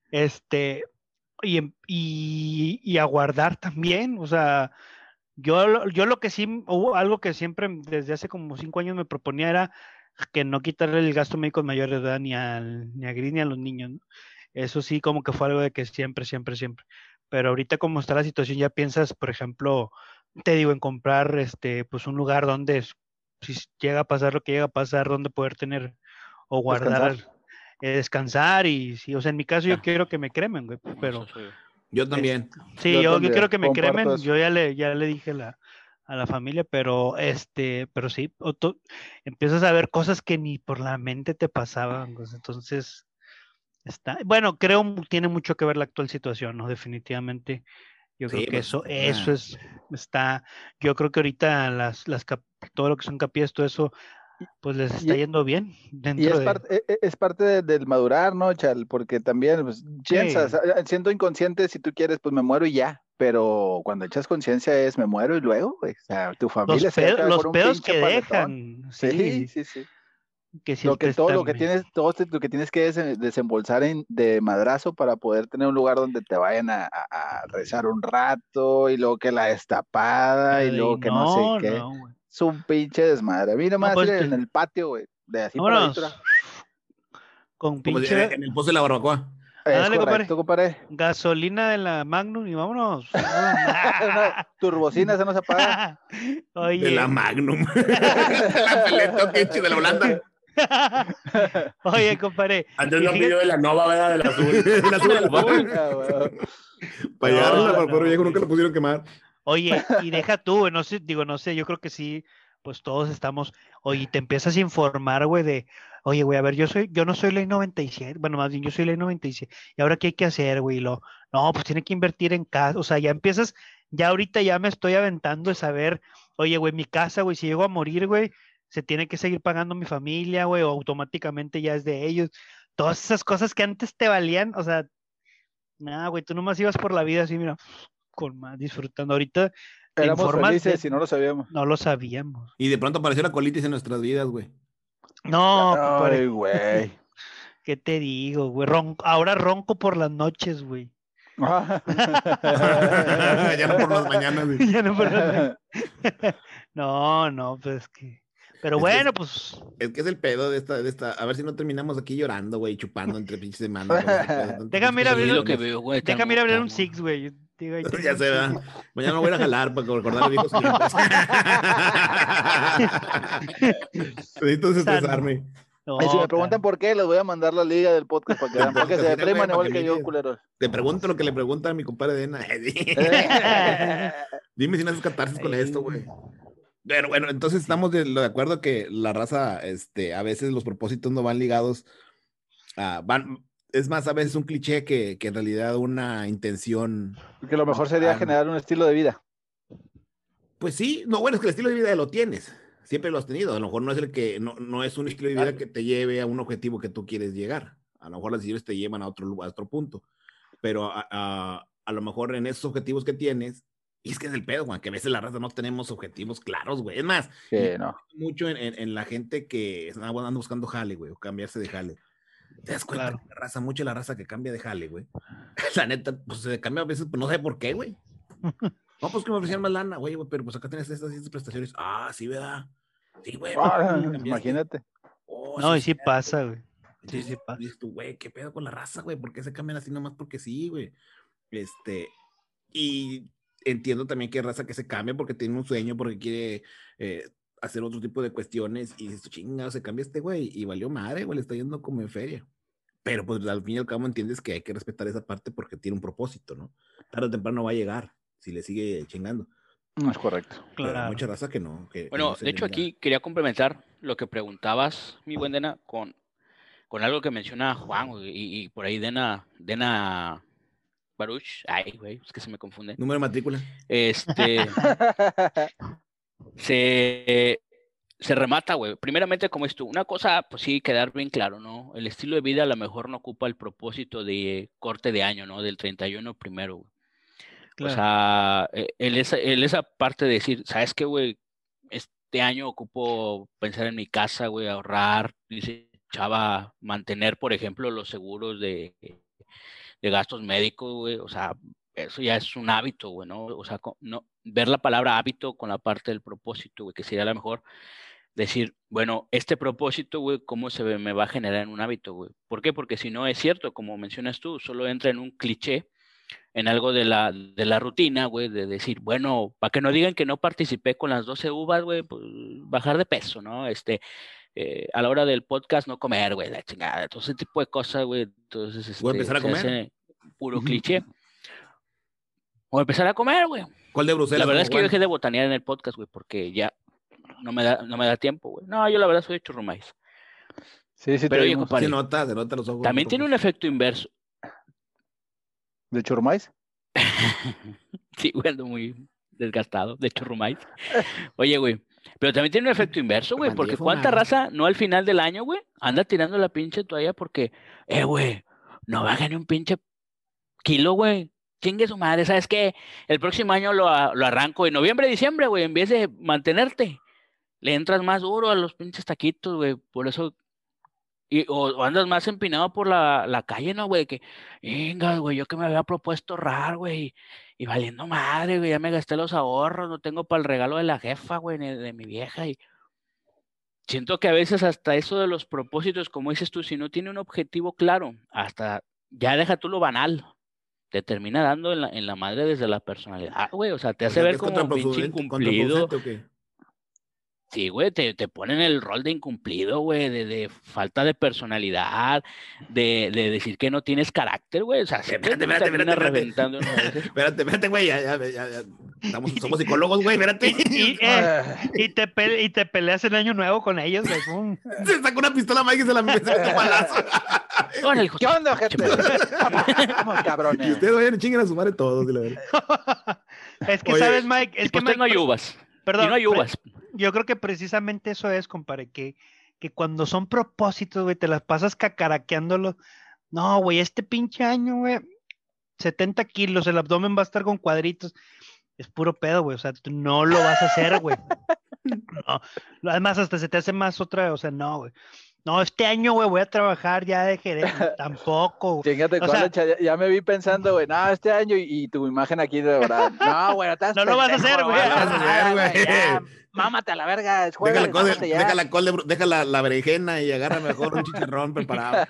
y aguardar también, o sea, yo lo que sí, hubo algo que siempre desde hace como 5 años me proponía era que no quitarle el gasto médico mayor de edad ni a Gris ni a los niños, ¿no? Eso sí, como que fue algo de que siempre, siempre, siempre. Pero ahorita como está la situación, ya piensas, por ejemplo, te digo, en comprar pues un lugar donde si llega a pasar lo que llega a pasar, donde poder tener o guardar, Descansar. Descansar y sí, o sea, en mi caso yo Ah. quiero que me cremen, güey, pero Eso sí. Yo también. sí, yo también, quiero que me comparto cremen, eso. yo ya le dije a la familia, pero sí, empiezas a ver cosas que ni por la mente te pasaban, pues, entonces bueno, creo tiene mucho que ver la actual situación, ¿no? Definitivamente, yo creo Sí, que pues eso yo creo que ahorita todo lo que son capillas, todo eso, pues les está Y, yendo bien y dentro de, es parte del madurar, ¿no, Chal? Porque también pues, piensas, sí, siendo inconsciente, si tú quieres, pues me muero y ya. Pero cuando echas conciencia es me muero y luego, güey. O sea, tu familia se va a quedar los con un pedos pinche que paletón. dejan, Sí, sí, sí, sí. que si el Todo lo que testamento. tienes, lo que tienes que desembolsar de madrazo para poder tener un lugar donde te vayan a rezar un rato, y luego que la destapada, y Y luego que no sé no, qué. no, güey. Es un pinche desmadre. A mí No, nomás ir pues, en el patio, güey, de así paradito. vámonos con como pinche, en el poste de la barbacoa. Es ándale, correcto, compadre, compadre. gasolina de la Magnum y vámonos. Una turbocina, esa no se apaga. De la Oye, Magnum. De la Peleto, que de la Holanda. oye, compadre, Antes y no pidió fíjate, de la Nova, ¿verdad? Del azul. El azul, el azul. Ah, bueno. Para llevarla, no, para poder no, viejo, nunca güey. lo pudieron quemar. Oye, y deja tú, güey, no sé, digo, no sé, yo creo que sí, pues todos estamos, oye, te empiezas a informar, güey, oye, güey, a ver, yo no soy ley 97, bueno, más bien yo soy ley 97, y ahora qué hay que hacer, güey, no, pues tiene que invertir en casa, o sea, ya empiezas, ya ahorita ya me estoy aventando de saber, oye, güey, mi casa, güey, si llego a morir, güey, se tiene que seguir pagando mi familia, güey, o automáticamente ya es de ellos, todas esas cosas que antes te valían, o sea, nada, güey, tú nomás ibas por la vida así, mira, con más disfrutando. Ahorita te Éramos informas, felices y no lo sabíamos. no lo sabíamos. Y de pronto apareció la colitis en nuestras vidas, güey. No, Ay, compadre, güey. ¿qué te digo, güey? Ahora ronco por las noches, güey. Ya no por las mañanas, güey. Ya no por las noches. No, pues que. Pero Es que bueno, pues. es que es el pedo de esta. A ver si no terminamos aquí llorando, güey, chupando entre pinches semanas. Con ese pedo de tantos Déjame ir pinches a Sí, abrir, lo que comerciales. veo, güey, déjame ir a abrir un calmo. Six, güey. Digo, ahí tengo Ya un se Six. va. Mañana me voy a ir a jalar para recordar los viejos tiempos. Necesito Sano. desestresarme. Y si me No, preguntan por qué, les voy a mandar la liga del podcast para que Del vean, para que podcast, se mira, güey, depriman para igual que que yo, mires. culeros. Te pregunto lo que le pregunta a mi compadre Dena. Dime si no haces catarsis con esto, güey. Pero bueno, entonces estamos de acuerdo que la raza, a veces los propósitos no van ligados es más, a veces un cliché que en realidad una intención. Que lo mejor sería generar un estilo de vida. Pues sí, no, bueno, es que el estilo de vida ya lo tienes, siempre lo has tenido, a lo mejor no es no es un estilo de vida que te lleve a un objetivo que tú quieres llegar, a lo mejor las decisiones te llevan a otro punto, pero a lo mejor en esos objetivos que tienes, y es que es el pedo, Juan, que a veces la raza no tenemos objetivos claros, güey, es más, Que no. mucho en la gente que anda buscando jale, güey, o cambiarse de jale. ¿Te das cuenta? Claro. Que mucha la raza que cambia de jale, güey. La neta, pues se cambia a veces, pues no sé por qué, güey. No, pues que me ofrecían más lana, güey, pero pues acá tienes estas prestaciones. Ah, sí, ¿verdad? Sí, güey. Imagínate. Oh, No, sí, y sí pasa, güey. Entonces, Sí pasa. dices tú, güey, ¿qué pedo con la raza, güey? ¿Por qué se cambian así nomás? Porque sí, güey. Y entiendo también que hay raza que se cambia porque tiene un sueño, porque quiere hacer otro tipo de cuestiones y dices, chingado, se cambia este güey y valió madre, güey, le está yendo como en feria. Pero pues al fin y al cabo entiendes que hay que respetar esa parte porque tiene un propósito, ¿no? Tarde o temprano va a llegar si le sigue chingando. No es correcto. Pero hay Claro. mucha raza que no. Que Bueno, no se de hecho le mira. aquí quería complementar lo que preguntabas, mi buen Dena, con algo que menciona Juan, güey, y por ahí Dena Baruch, ay, güey, es que se me confunde. Número de matrícula. Se remata, güey. Primeramente, como es tú, una cosa, pues sí, quedar bien claro, ¿no? El estilo de vida a lo mejor no ocupa el propósito de corte de año, ¿no? Del 31 primero, güey. Claro. O sea, esa parte de decir, ¿sabes qué, güey? este año ocupo pensar en mi casa, güey, ahorrar, dice Chava, mantener, por ejemplo, los seguros de gastos médicos, güey, o sea, eso ya es un hábito, güey, ¿no? O sea, no, ver la palabra hábito con la parte del propósito, güey, que sería a lo mejor decir, bueno, este propósito, güey, ¿cómo me va a generar en un hábito, güey? ¿Por qué? Porque si no es cierto, como mencionas tú, solo entra en un cliché, en algo de la rutina, güey, de decir, bueno, para que no digan que no participé con las 12 uvas, güey, pues bajar de peso, ¿no? A la hora del podcast no comer, güey, la chingada, todo ese tipo de cosas, güey, entonces, Voy a empezar a se comer. hace puro cliché. O empezar a comer, güey. ¿Cuál de Bruselas? La verdad como es que yo Juan? dejé de botanear en el podcast, güey, porque ya no me da tiempo, güey. No, yo la verdad soy de churrumais. Sí, sí, Pero te oye, vimos. compadre, Se nota los ojos. también tiene un efecto inverso. ¿De Churmais? Sí, güey, ando muy desgastado, de churrumais. Oye, güey, pero también tiene un efecto inverso, güey, porque cuánta raza, no al final del año, güey, anda tirando la pinche toalla porque, güey, no baja ni un pinche kilo, güey. Chingue su madre, ¿sabes qué? El próximo año lo arranco en noviembre, diciembre, güey, en vez de mantenerte, le entras más duro a los pinches taquitos, güey, por eso, o andas más empinado por la calle, ¿no, güey? Que, venga, güey, yo que me había propuesto ahorrar, güey, y valiendo madre, güey, ya me gasté los ahorros, no tengo para el regalo de la jefa, güey, ni de mi vieja, y siento que a veces hasta eso de los propósitos, como dices tú, si no tiene un objetivo claro, hasta, ya deja tú lo banal, te termina dando en la madre desde la personalidad, güey, o sea, te hace ver como pinche incumplido. ¿O qué? Sí, güey, te ponen el rol de incumplido, güey, de falta de personalidad, de decir que no tienes carácter, güey, o sea, siempre termina reventando. Espérate, güey, ya. Somos psicólogos, güey, espérate. Y te peleas el año nuevo con ellos, güey. ¡Pum! Se sacó una pistola, Mike, y se mete un balazo. Órale, hijo. ¿Qué onda, gente? Vamos, cabrones. Y ustedes vayan y chinguen a su madre todos, y la verdad. Es que, Oye, ¿sabes, Mike? Es que Pues no hay uvas. Perdón, Y no hay uvas. Yo creo que precisamente eso es, compadre, que cuando son propósitos, güey, te las pasas cacaraqueándolo. No, güey, este pinche año, güey, 70 kilos, el abdomen va a estar con cuadritos. Es puro pedo, güey, o sea, tú no lo vas a hacer, güey. No, además hasta se te hace más otra, o sea, no, güey. No, este año, güey, voy a trabajar ya de gerente. Tampoco. Chingate, ya me vi pensando, güey, no, este año y tu imagen aquí de verdad. No, güey, no lo vas a hacer, güey. Mámate a la verga, es jueves, deja la berenjena y agarra mejor un chicharrón preparado.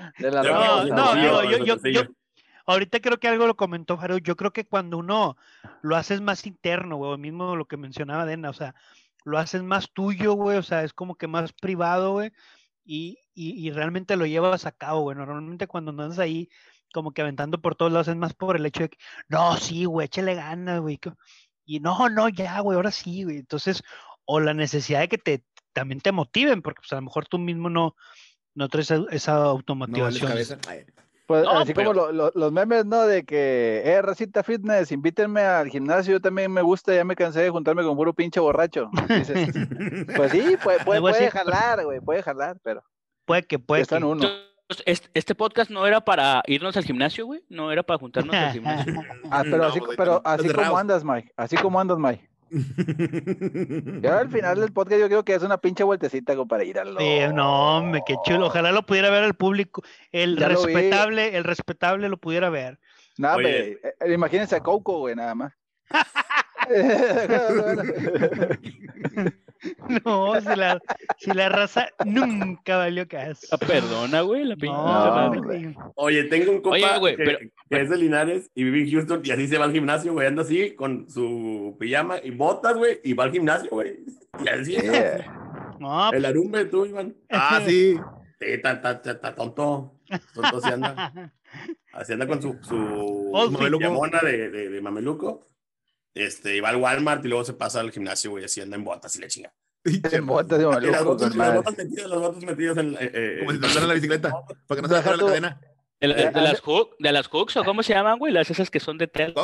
Yo ahorita creo que algo lo comentó Jaro, yo creo que cuando uno lo haces más interno, güey, mismo lo que mencionaba Dena, o sea, lo haces más tuyo, güey, o sea, es como que más privado, güey, y realmente lo llevas a cabo, güey. Normalmente cuando andas ahí como que aventando por todos lados es más por el hecho de que, no, sí, güey, échale ganas, güey, y no, ya, güey, ahora sí, güey. Entonces, o la necesidad de que también te motiven, porque pues a lo mejor tú mismo no traes esa automotivación. No, cabeza. Pues no, así pero... como los memes, ¿no? De que, Racita Fitness, invítenme al gimnasio, yo también me gusta, ya me cansé de juntarme con puro pinche borracho. Dices, pues sí, puede jalar, güey, puede jalar, pero... Puede que. Están uno. Este podcast no era para irnos al gimnasio, güey, no era para juntarnos al gimnasio. Pero así como andas, Mike, Ya al final del podcast yo creo que es una pinche vueltecita para ir al... Sí, no, hombre, qué chulo. Ojalá lo pudiera ver el público. El respetable lo pudiera ver. No, imagínense a Coco, güey, nada más. No, si la raza nunca valió caso. Perdona, güey, la pinche madre. Oye, tengo un compa que es de Linares y vive en Houston y así se va al gimnasio, güey, anda así con su pijama y botas, güey, y va al gimnasio, güey. Y así no, el arumbe, tú, Iván. Sí. Sí, está tonto. Tonto así anda. Así anda con su pijamona de mameluco. Y va al Walmart y luego se pasa al gimnasio, güey, así anda en botas y le chinga. En botas de mameluco. Las botas metidas en... como si te en la bicicleta, para que no se baje la cadena. ¿De las hooks o cómo se llaman, güey? Las esas que son de tela.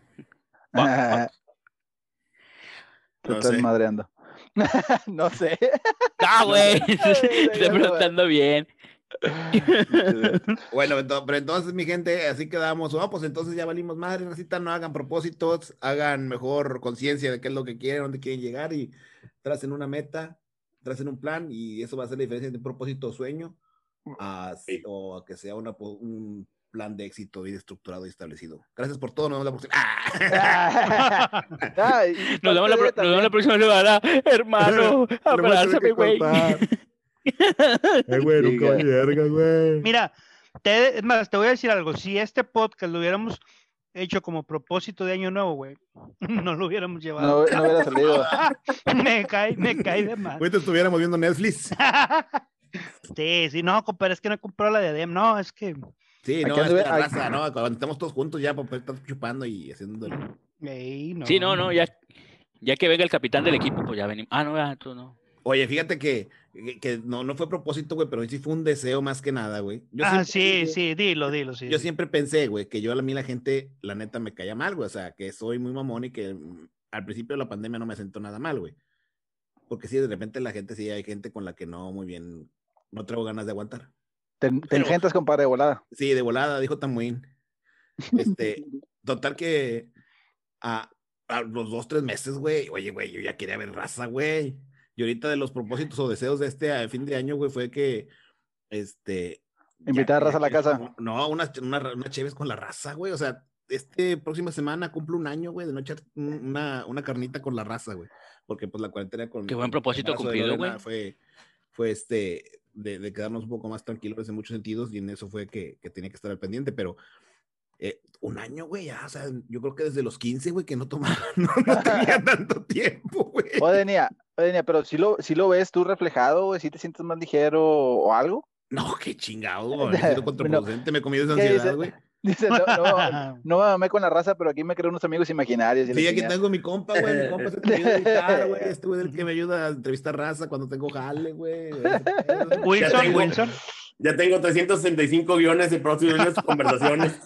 Te estás madreando. No sé. Ah, güey. Estoy preguntando bien. Bueno, pero entonces, mi gente, así quedamos. No, pues entonces ya valimos madre, Racita, no hagan propósitos, hagan mejor conciencia de qué es lo que quieren, dónde quieren llegar y tracen una meta, tracen un plan y eso va a hacer la diferencia entre un propósito o sueño o a que sea un plan de éxito bien estructurado y establecido. Gracias por todo, nos vemos la próxima. Nos vemos la próxima semana, hermano. Abrázame, güey. Güey, nunca vale verga, güey. Mira, es más, te voy a decir algo. Si este podcast lo hubiéramos hecho como propósito de año nuevo, güey, no lo hubiéramos llevado. No hubiera salido. me cae de más. Ahorita estuviéramos viendo Netflix. Sí, no, compadre, es que no he comprado la de Adem, no, es que... Sí, Aquí no, es anduve- que la raza, ¿no? Cuando estamos todos juntos ya para poder estar chupando y haciendo... Ey, no. Sí, no, ya que venga el capitán del equipo, pues ya venimos. Ah, no, ya, tú no. Oye, fíjate que no fue propósito, güey, pero sí fue un deseo más que nada, güey. Sí, dilo, sí. Yo siempre pensé, güey, que a mí la gente, la neta, me caía mal, güey. O sea, que soy muy mamón y que al principio de la pandemia no me sentó nada mal, güey. Porque sí, de repente la gente, sí, hay gente con la que no, muy bien, no traigo ganas de aguantar. Te engentas, compadre, de volada. Sí, de volada, dijo Tamuín. Total que a los 2-3 meses, güey, oye, güey, yo ya quería ver raza, güey. Y ahorita de los propósitos o deseos de a fin de año, güey, fue que, Invitar a raza a la casa. No, una cheves con la raza, güey. O sea, próxima semana cumplo un año, güey, de no echar una carnita con la raza, güey. Porque, pues, la cuarentena con... Qué buen propósito el embarazo de cumplido, Lorena güey. Fue de quedarnos un poco más tranquilos en muchos sentidos y en eso fue que tenía que estar al pendiente, pero un año, güey, ya, o sea, yo creo que desde los 15, güey, que no tomaba, no tenía tanto tiempo, güey. Denia, pero si lo ves tú reflejado, güey, si te sientes más ligero o algo. No, qué chingado, güey, me siento contraproducente, me comí esa ansiedad, güey. Dice, no me mamé con la raza, pero aquí me creo unos amigos imaginarios. Sí, aquí tengo mi compa, güey, mi compa es el que me ayuda a editar, güey, güey es el que me ayuda a entrevistar raza cuando tengo jale, güey. Wilson. Ya tengo 365 guiones y próximos conversaciones.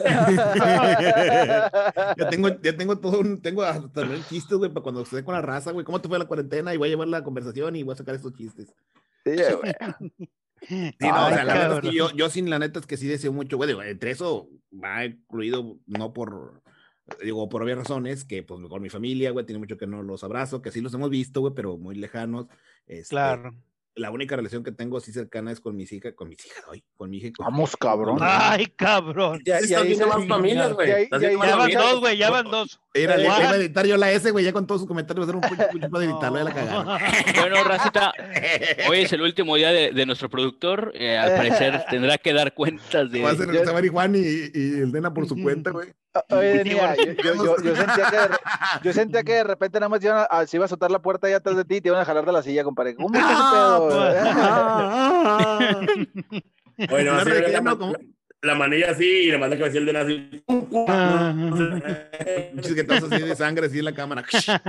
ya tengo tengo hasta también chistes, güey, para cuando esté con la raza, güey. ¿Cómo te fue la cuarentena? Y voy a llevar la conversación y voy a sacar estos chistes. Sí, güey. Sí, no, o sea, la verdad es que yo sin la neta es que sí deseo mucho, güey, entre eso va incluido, no por obvias razones, que pues con mi familia, güey, tiene mucho que no los abrazo, que sí los hemos visto, güey, pero muy lejanos. Claro. La única relación que tengo así cercana es con mis hijas, hoy, con mi hija. Vamos, cabrón. Ay, cabrón. Ya hice más familias, güey. Ya van dos, güey, ya van dos. Iba a editar yo la S, güey, ya con todos sus comentarios, va a ser un pucho para editarlo, ya la cagaron. Bueno, racita, hoy es el último día de nuestro productor, al parecer tendrá que dar cuentas de... Va a ser el Juan y el Dena por su cuenta, güey. Oye, Denia, yo sentía que de repente nada más se iba a soltar la puerta allá atrás de ti y te iban a jalar de la silla, compadre. ¿Cómo es ese pedo? Bueno, así la manilla así y le manda que decía el de nazi. Un chisguetazo así de sangre así en la cámara.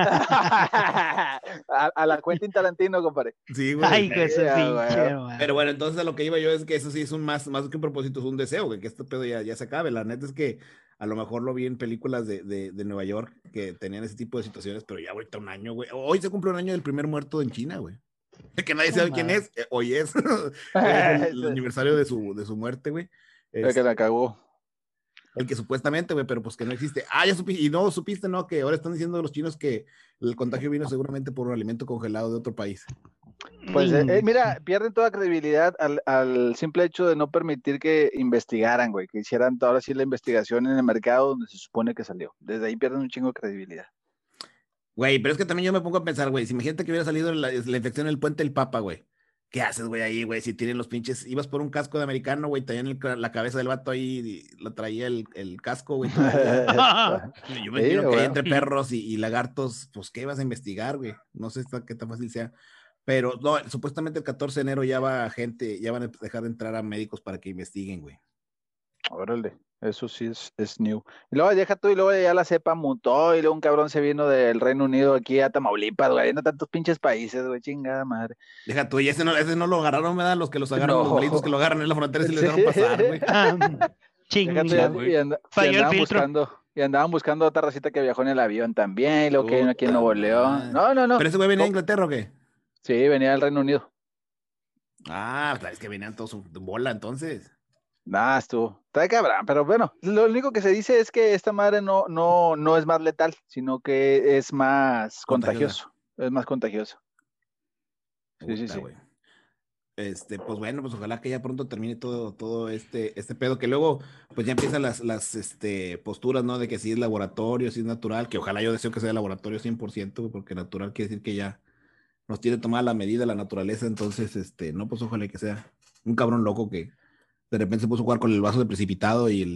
a la Quentin Tarantino, compadre. Sí, güey. Ay, que ese pinche. Pero bueno, entonces a lo que iba yo es que eso sí es más que un propósito, es un deseo, güey, que este pedo ya se acabe. La neta es que a lo mejor lo vi en películas de Nueva York que tenían ese tipo de situaciones, pero ya ahorita un año, güey. Hoy se cumple un año del primer muerto en China, güey. Que nadie sabe quién es. Hoy es el aniversario de su muerte, güey. El que la cagó. El que supuestamente, güey, pero pues que no existe. Ya supiste, y no supiste, ¿no? Que ahora están diciendo los chinos que el contagio vino seguramente por un alimento congelado de otro país. Pues mira, pierden toda credibilidad al simple hecho de no permitir que investigaran, güey, que hicieran ahora sí la investigación en el mercado donde se supone que salió. Desde ahí pierden un chingo de credibilidad. Güey, pero es que también yo me pongo a pensar, güey, si imagínate que hubiera salido la infección en el Puente del Papa, güey. ¿Qué haces, güey, ahí, güey? Si tienen los pinches, ibas por un casco de americano, güey, traían la cabeza del vato ahí, y lo traía el casco, güey. Yo me imagino que hay entre perros y lagartos, pues, ¿qué vas a investigar, güey? No sé qué tan fácil sea. Pero, no, supuestamente el 14 de enero ya van a dejar de entrar a médicos para que investiguen, güey. Órale, eso sí es new. Y luego deja tú, y luego ya la cepa mutó, y luego un cabrón se vino del Reino Unido aquí a Tamaulipas, güey, no tantos pinches países, güey, chingada madre. Deja tú, y ese no lo agarraron, ¿verdad? Los que los agarran, los malitos que lo agarran en la frontera y les dejaron pasar, güey. Chingada, güey. Y andaban buscando otra racita que viajó en el avión también, y luego que hay uno aquí en Nuevo León. No. ¿Pero ese güey venía de Inglaterra o qué? Sí, venía del Reino Unido. Es que venían todos en bola entonces. Nah, está cabrón, pero bueno, lo único que se dice es que esta madre no es más letal, sino que es más Contagiosa. contagioso. Es más contagioso. Sí, sí, Puta, sí. güey. Pues bueno, pues ojalá que ya pronto termine todo este pedo, que luego pues ya empiezan las posturas, ¿no? De que si es laboratorio, si es natural, que ojalá yo deseo que sea laboratorio 100%, güey, porque natural quiere decir que ya nos tiene tomada la medida la naturaleza, entonces, no, pues ojalá que sea un cabrón loco que de repente se puso a jugar con el vaso de precipitado y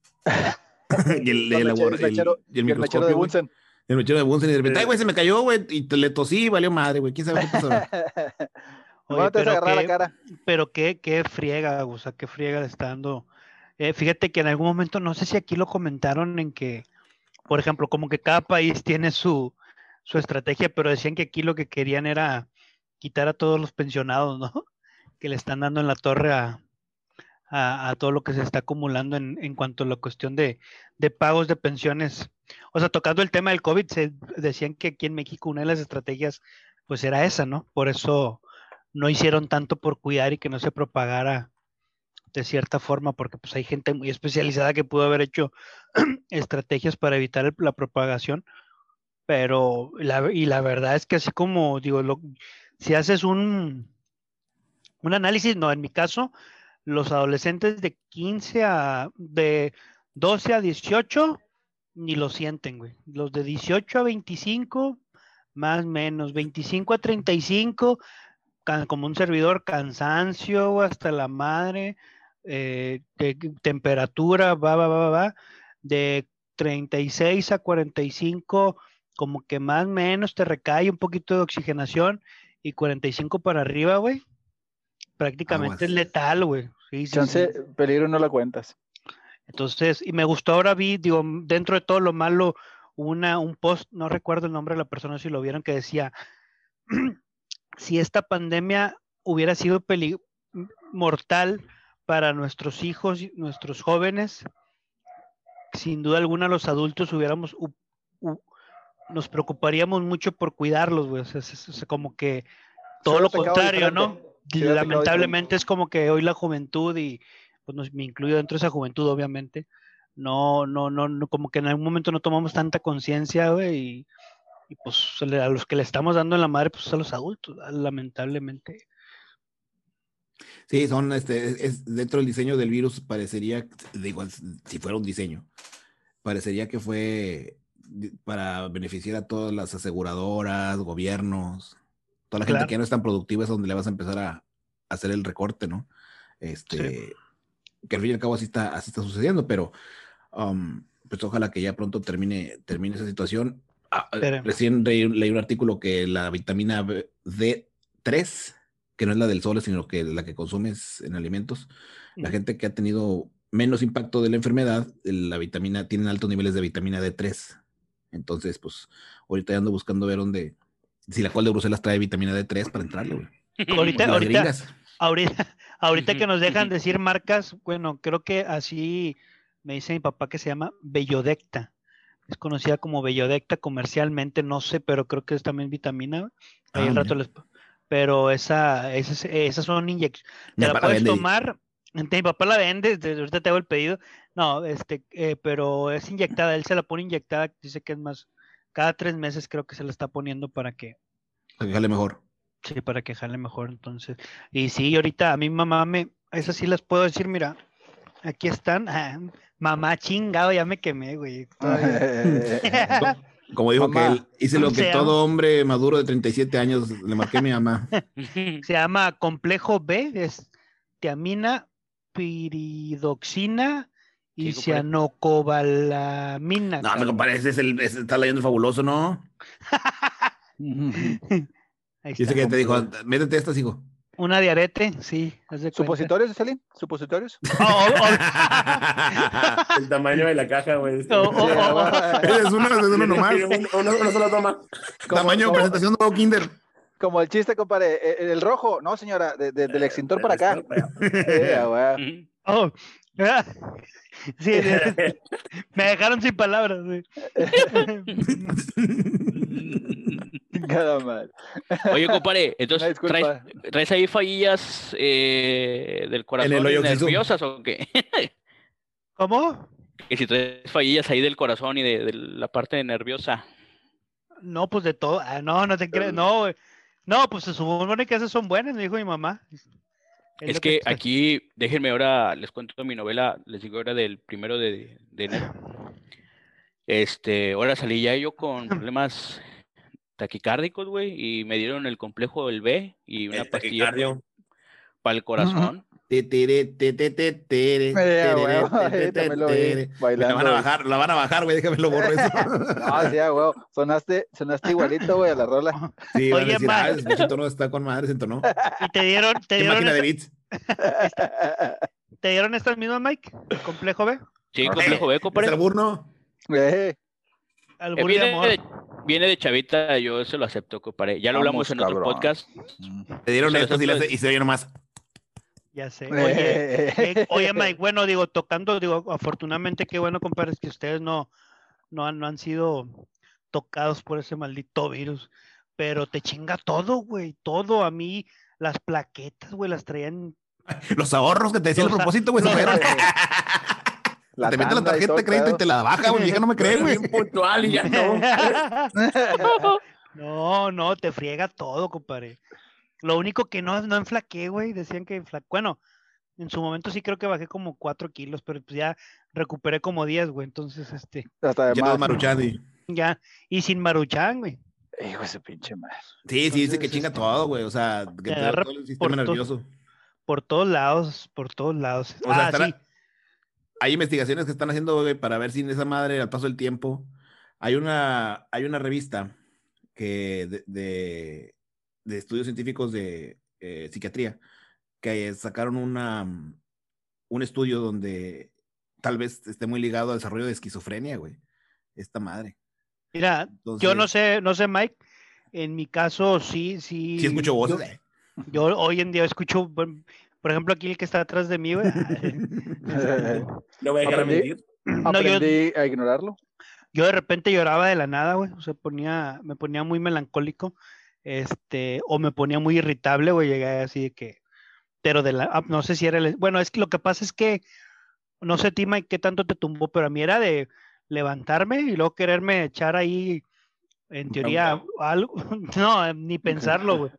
y el Y el mechero de microscopio, güey. Bunsen. El mechero de Bunsen y de repente, ay, güey, se me cayó, güey, y le tosí y valió madre, güey, quién sabe qué pasó. Oye, ¿Cómo te vas a agarrar la cara? pero qué friega, o sea, qué friega le está dando. Fíjate que en algún momento, no sé si aquí lo comentaron en que, por ejemplo, como que cada país tiene su estrategia, pero decían que aquí lo que querían era quitar a todos los pensionados, ¿no? Que le están dando en la torre a todo lo que se está acumulando en cuanto a la cuestión de pagos de pensiones. O sea, tocando el tema del COVID, se decían que aquí en México una de las estrategias pues era esa, ¿no? Por eso no hicieron tanto por cuidar y que no se propagara de cierta forma, porque pues hay gente muy especializada que pudo haber hecho estrategias para evitar la propagación, pero la verdad es que así como digo, si haces un análisis, no, en mi caso, los adolescentes de 12 a 18 ni lo sienten, güey. Los de 18 a 25, más o menos, 25 a 35, como un servidor, cansancio hasta la madre, temperatura, va, de 36 a 45, como que más o menos te recae un poquito de oxigenación, y 45 para arriba, güey, prácticamente es Aguas. letal, güey. Sí, sí, Chance, sí. peligro no la cuentas. Entonces, y me gustó, ahora digo, dentro de todo lo malo, un post, no recuerdo el nombre de la persona, si lo vieron, que decía, si esta pandemia hubiera sido mortal para nuestros hijos, nuestros jóvenes, sin duda alguna los adultos nos preocuparíamos mucho por cuidarlos, güey. O sea, como que Se todo hubiera lo pecado contrario, ¿no? diferente. Se hubiera pecado Lamentablemente diferente. es como que hoy la juventud, y pues me incluyo dentro de esa juventud, obviamente, no, como que en algún momento no tomamos tanta conciencia, güey, y pues a los que le estamos dando en la madre, pues a los adultos, lamentablemente. Sí, dentro del diseño del virus parecería, digo, si fuera un diseño, parecería que fue para beneficiar a todas las aseguradoras, gobiernos, toda la gente que Claro, ya no es tan productiva es donde le vas a empezar a hacer el recorte, ¿no? sí. Que al fin y al cabo así está sucediendo, pero pues ojalá que ya pronto termine esa situación. Esperemos. Recién leí un artículo que la vitamina D3, que no es la del sol, sino que la que consumes en alimentos, la gente que ha tenido menos impacto de la enfermedad, tienen altos niveles de vitamina D3. Entonces, pues, ahorita ando buscando ver si la col de Bruselas trae vitamina D3 para entrarle, güey. Ahorita, Las ahorita, gringas. ahorita que nos dejan decir marcas, bueno, creo que así me dice mi papá que se llama Bellodecta. Es conocida como Bellodecta comercialmente, no sé, pero creo que es también vitamina. Ahí el rato Mira. pero esas son inyecciones. Mi Te la papá la puedes vende. tomar. Mi papá la vende, ahorita te hago el pedido. No, pero es inyectada, él se la pone inyectada, dice que es más, cada 3 meses creo que se la está poniendo Para que jale mejor. sí, para que jale mejor, entonces. Y sí, ahorita a mi mamá esas sí las puedo decir, mira, aquí están. Mamá chingado, ya me quemé, güey, todavía. Como dijo que Mamá. él, hice lo que Se llama, todo hombre maduro de 37 años le marqué a mi mamá. se llama complejo B, es tiamina, piridoxina y Sí, compadre. cianocobalamina, No, me cabrón. compadre, está leyendo el fabuloso, ¿no? Ahí Dice está. que te dijo, métete estas, hijo. Una de arete, sí, haz de cuenta. ¿Supositorios, Celín? ¿Supositorios? El tamaño de la caja, güey. O- o- Sí, o- o- Ese es uno nomás. Una sola toma. Tamaño de presentación de nuevo Kinder. como el chiste, compadre. El rojo, no, señora, del extintor para acá. Pero- Güey. oh, sí, me dejaron sin palabras, güey. Chingada madre. Oye, compadre, Una entonces, disculpa. ¿traes ahí fallillas del corazón el hoyo nerviosas o qué? ¿Cómo? Que si traes fallillas ahí del corazón y de la parte nerviosa. No, pues de todo. No, no te crees. No, güey. No, pues se supone que esas son buenas, me dijo mi mamá. Es Es lo que estoy- aquí, déjenme ahora, les cuento mi novela, les digo ahora del 1 de enero. Ahora salí ya yo con problemas taquicárdicos, güey, y me dieron el complejo del B y una El pastilla taquicardio. para el corazón. Huevo, también lo vi Me bailando. la van a bajar, güey, déjame lo borro eso. No, sí, a huevo. Sonaste igualito, güey, a la rola. Sí, van a Oye, decir, Mike. ese pinche tono está con madre, ese entonó. ¿Y te dieron ¿Qué máquina de beats? te dieron estas mismas, Mike? ¿Complejo B? Sí, complejo B, ¿Es compadre. el burno? ¿Albur de Viene amor? viene de chavita, yo se lo acepto, compadre. Ya lo hablamos Vamos, en otro cabrón. podcast. Te dieron Se lo estos y, acepto. y se oye nomás. Ya sé. Oye, Oye, Mike, bueno, digo, afortunadamente, qué bueno, compadre, es que ustedes no han sido tocados por ese maldito virus, pero te chinga todo, güey, todo. A mí, las plaquetas, güey, las traían. Los ahorros que te decía el Los a- propósito, güey, se los- fueron. La Te mete la tanda y tarjeta todo de el crédito y pedo. te la baja, güey. Llega, no me crees, güey. Bien puntual y ya no. No, te friega todo, compadre. Lo único que no enflaqué, güey, decían que bueno, en su momento sí creo que bajé como 4 kilos, pero pues ya recuperé como 10, güey, entonces, Hasta Ya todos además. maruchando. Y... ya, y sin Maruchan, güey. Hijo de su pinche madre. Sí, sí, dice Entonces, que chinga todo, güey. O sea, que te te agarra todo el sistema por nervioso. por todos lados, por todos lados. O sea, Sí. hay investigaciones que están haciendo, güey, para ver si en esa madre, al paso del tiempo, hay una revista que de estudios científicos de psiquiatría que sacaron un estudio donde tal vez esté muy ligado al desarrollo de esquizofrenia, güey. Esta madre. Mira, Entonces, yo no sé, Mike, en mi caso sí. Sí escucho voces. Yo hoy en día escucho, por ejemplo, aquí el que está atrás de mí, güey. No voy a dejar de Aprendí. mentir. No, Aprendí a ignorarlo. yo de repente lloraba de la nada, güey. O sea, me ponía muy melancólico, o me ponía muy irritable, güey. Llegué así de que, pero no sé si era bueno, es que lo que pasa es que, no sé, ti, Mike, qué tanto te tumbó, pero a mí era de levantarme y luego quererme echar ahí, en teoría, algo. No, ni pensarlo, güey.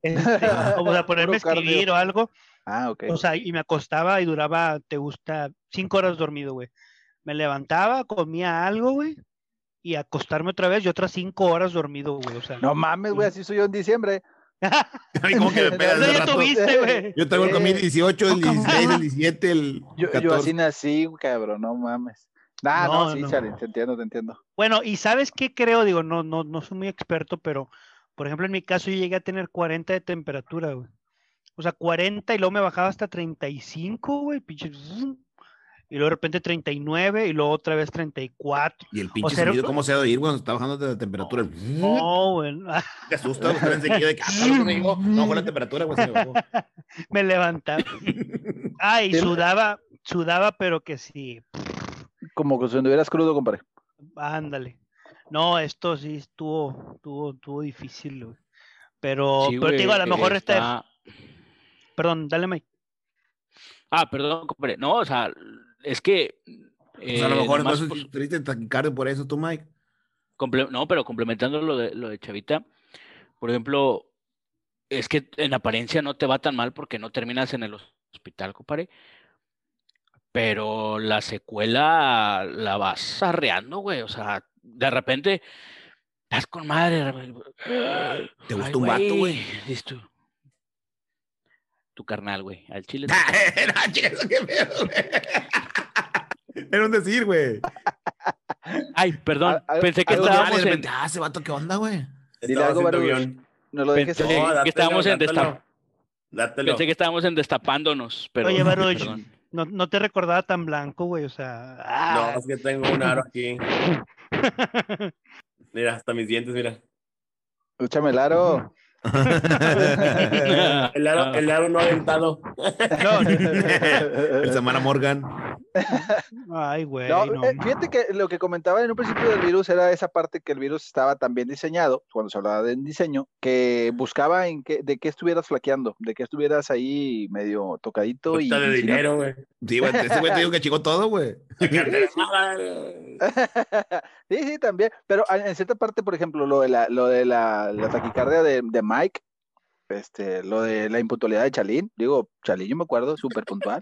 O sea, ponerme a Puro cardio. escribir o algo. Ah, ok. O sea, y me acostaba y duraba, 5 horas dormido, güey. Me levantaba, comía algo, güey, y acostarme otra vez y otras 5 horas dormido, güey. O sea, No mames, güey, así soy yo en diciembre. A mí como que me pega Eso desde ya rato. tuviste, güey. Yo tengo el Sí. 2018, el 16, el 17, el Yo 14. así nací, cabrón, no mames. No, sí, No. Charlie, te entiendo. Bueno, y ¿sabes qué creo? Digo, no soy muy experto, pero, por ejemplo, en mi caso yo llegué a tener 40 de temperatura, güey. O sea, 40 y luego me bajaba hasta 35, güey, pinche. Y luego de repente 39 y luego otra vez 34. Y el pinche sea, sonido, ¿cómo se ha de oír cuando está bajando de temperatura? No, güey. Te asusta, usted enseguida de que, cabrón, me llegó. No, fue la temperatura, güey, se me bajó. Me levantaba. Y sudaba, pero que sí. Como que si anduvieras crudo, compadre. Ándale. No, esto sí estuvo difícil, güey. Pero, Sí, te digo, a lo güey, mejor Perdón, dale, Mike. Perdón, compadre. No, o sea, es que. Pues a lo mejor nomás, entonces triste taquicardio por eso, tú, Mike. no, pero complementando lo de Chavita, por ejemplo, es que en apariencia no te va tan mal porque no terminas en el hospital, compadre. Pero la secuela la vas arreando, güey. O sea, de repente estás con madre. ¿Te gustó un vato, güey? Dices tú, tu carnal, güey. Al chile. No, chica, eso qué pedo, güey. Era un decir, güey. Ay, perdón. Pensé que Algo que estábamos de en. repente, ese vato, ¿qué onda, güey? Dile algo, Estaba haciendo Baruch. guión. No lo dejes Pensé así. que estábamos en Dátelo. Pensé que estábamos en destapándonos, pero. Oye, Baruch, perdón. no te recordaba tan blanco, güey. O sea. No, es que tengo un aro aquí. Mira, hasta mis dientes, mira. Échame el aro. El aro no aventado. No, El Samara Morgan. ay, güey, No, no. fíjate que lo que comentaba en un principio del virus era esa parte que el virus estaba tan bien diseñado, cuando se hablaba de diseño, que buscaba de qué estuvieras flaqueando, de que estuvieras ahí medio tocadito Cuesta de y si no- dinero, güey. Sí, güey, ese güey te digo que chingó todo, güey. La cartera. Sí, sí, también, pero en cierta parte, por ejemplo, la taquicardia de Mike, lo de la impuntualidad de Chalín, digo, Chalín yo me acuerdo, súper puntual.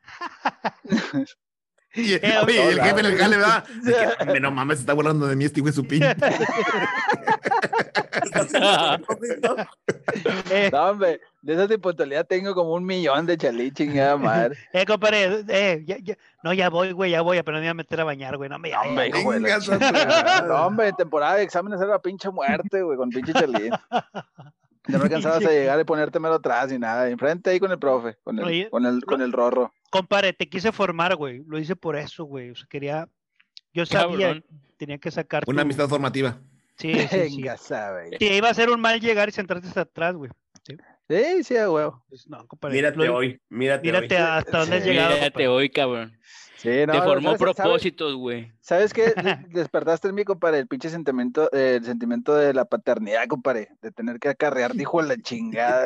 Y, Oye, oye, el jefe en el jale, ¿verdad? Sí. De que, no mames, se está burlando de mí este güey su pin. No, hombre, de esa impuntualidad tengo como 1,000,000 de Chalín, chingada madre. compadre, no, ya voy, güey, ya voy, pero no me voy a meter a bañar, güey, no me Hombre, hijo de la Venga, esa chingada. tu- No, hombre, en temporada de exámenes era la pinche muerte, güey, con pinche Chalín. Ya no alcanzabas a llegar y ponerte mero atrás ni nada. Enfrente ahí con el profe, Oye, con el rorro. compadre, te quise formar, güey, lo hice por eso, güey, o sea, yo sabía, Cabrón. tenía que sacar Una amistad formativa. Sí, sí, sí. Venga, sabe. Te iba a ser un mal llegar y sentarte hasta atrás, güey. Sí, sí, a huevo. Pues no, compadre. Mírate hoy, mírate Mírate hoy. hasta dónde has Sí. llegado, Mírate compadre. hoy, cabrón. Sí, no, Te no, formó ¿sabes? propósitos, güey. ¿Sabes qué? Despertaste en mí, compadre, el pinche sentimiento, el sentimiento de la paternidad, compadre, de tener que acarrear, dijo la chingada.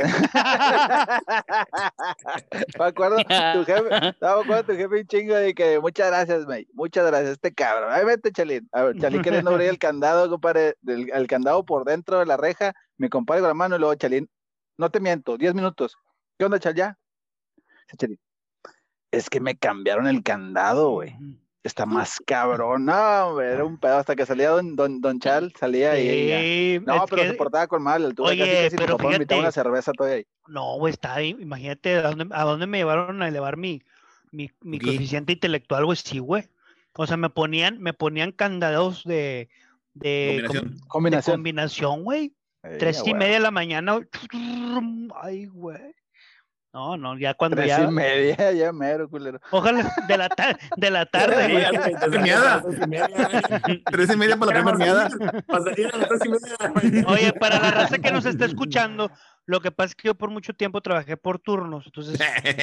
Me acuerdo tu jefe un chingo de que muchas gracias, May, muchas gracias, este cabrón. Ay, vete, Chalín. A ver, Chalín queriendo abrir el candado, compadre, el candado por dentro de la reja, mi compadre con la mano y luego Chalín, no te miento, 10 minutos. ¿Qué onda, Chal, ya? Sí, Chalín. Es que me cambiaron el candado, güey. Está más cabrón. No, hombre, era un pedo. Hasta que salía don Chal, salía y ya. Sí, No, es pero que- se portaba con mal. Altura Oye, casi tu pero papá me invitaba fíjate. una cerveza todavía ahí. No, güey, está ahí. Imagínate a dónde me llevaron a elevar mi Aquí. coeficiente intelectual, güey, sí, güey. O sea, me ponían candados de Combinación. combinación, güey. Ey, 3:30 de la mañana. Ay, güey. No, ya cuando 3:30, ya mero, culero. Ojalá de la tarde, güey. Miada. 3:30 para la primera miada. Para salir a las 3:30 de la mañana. Oye, para la raza que nos está escuchando, lo que pasa es que yo por mucho tiempo trabajé por turnos, entonces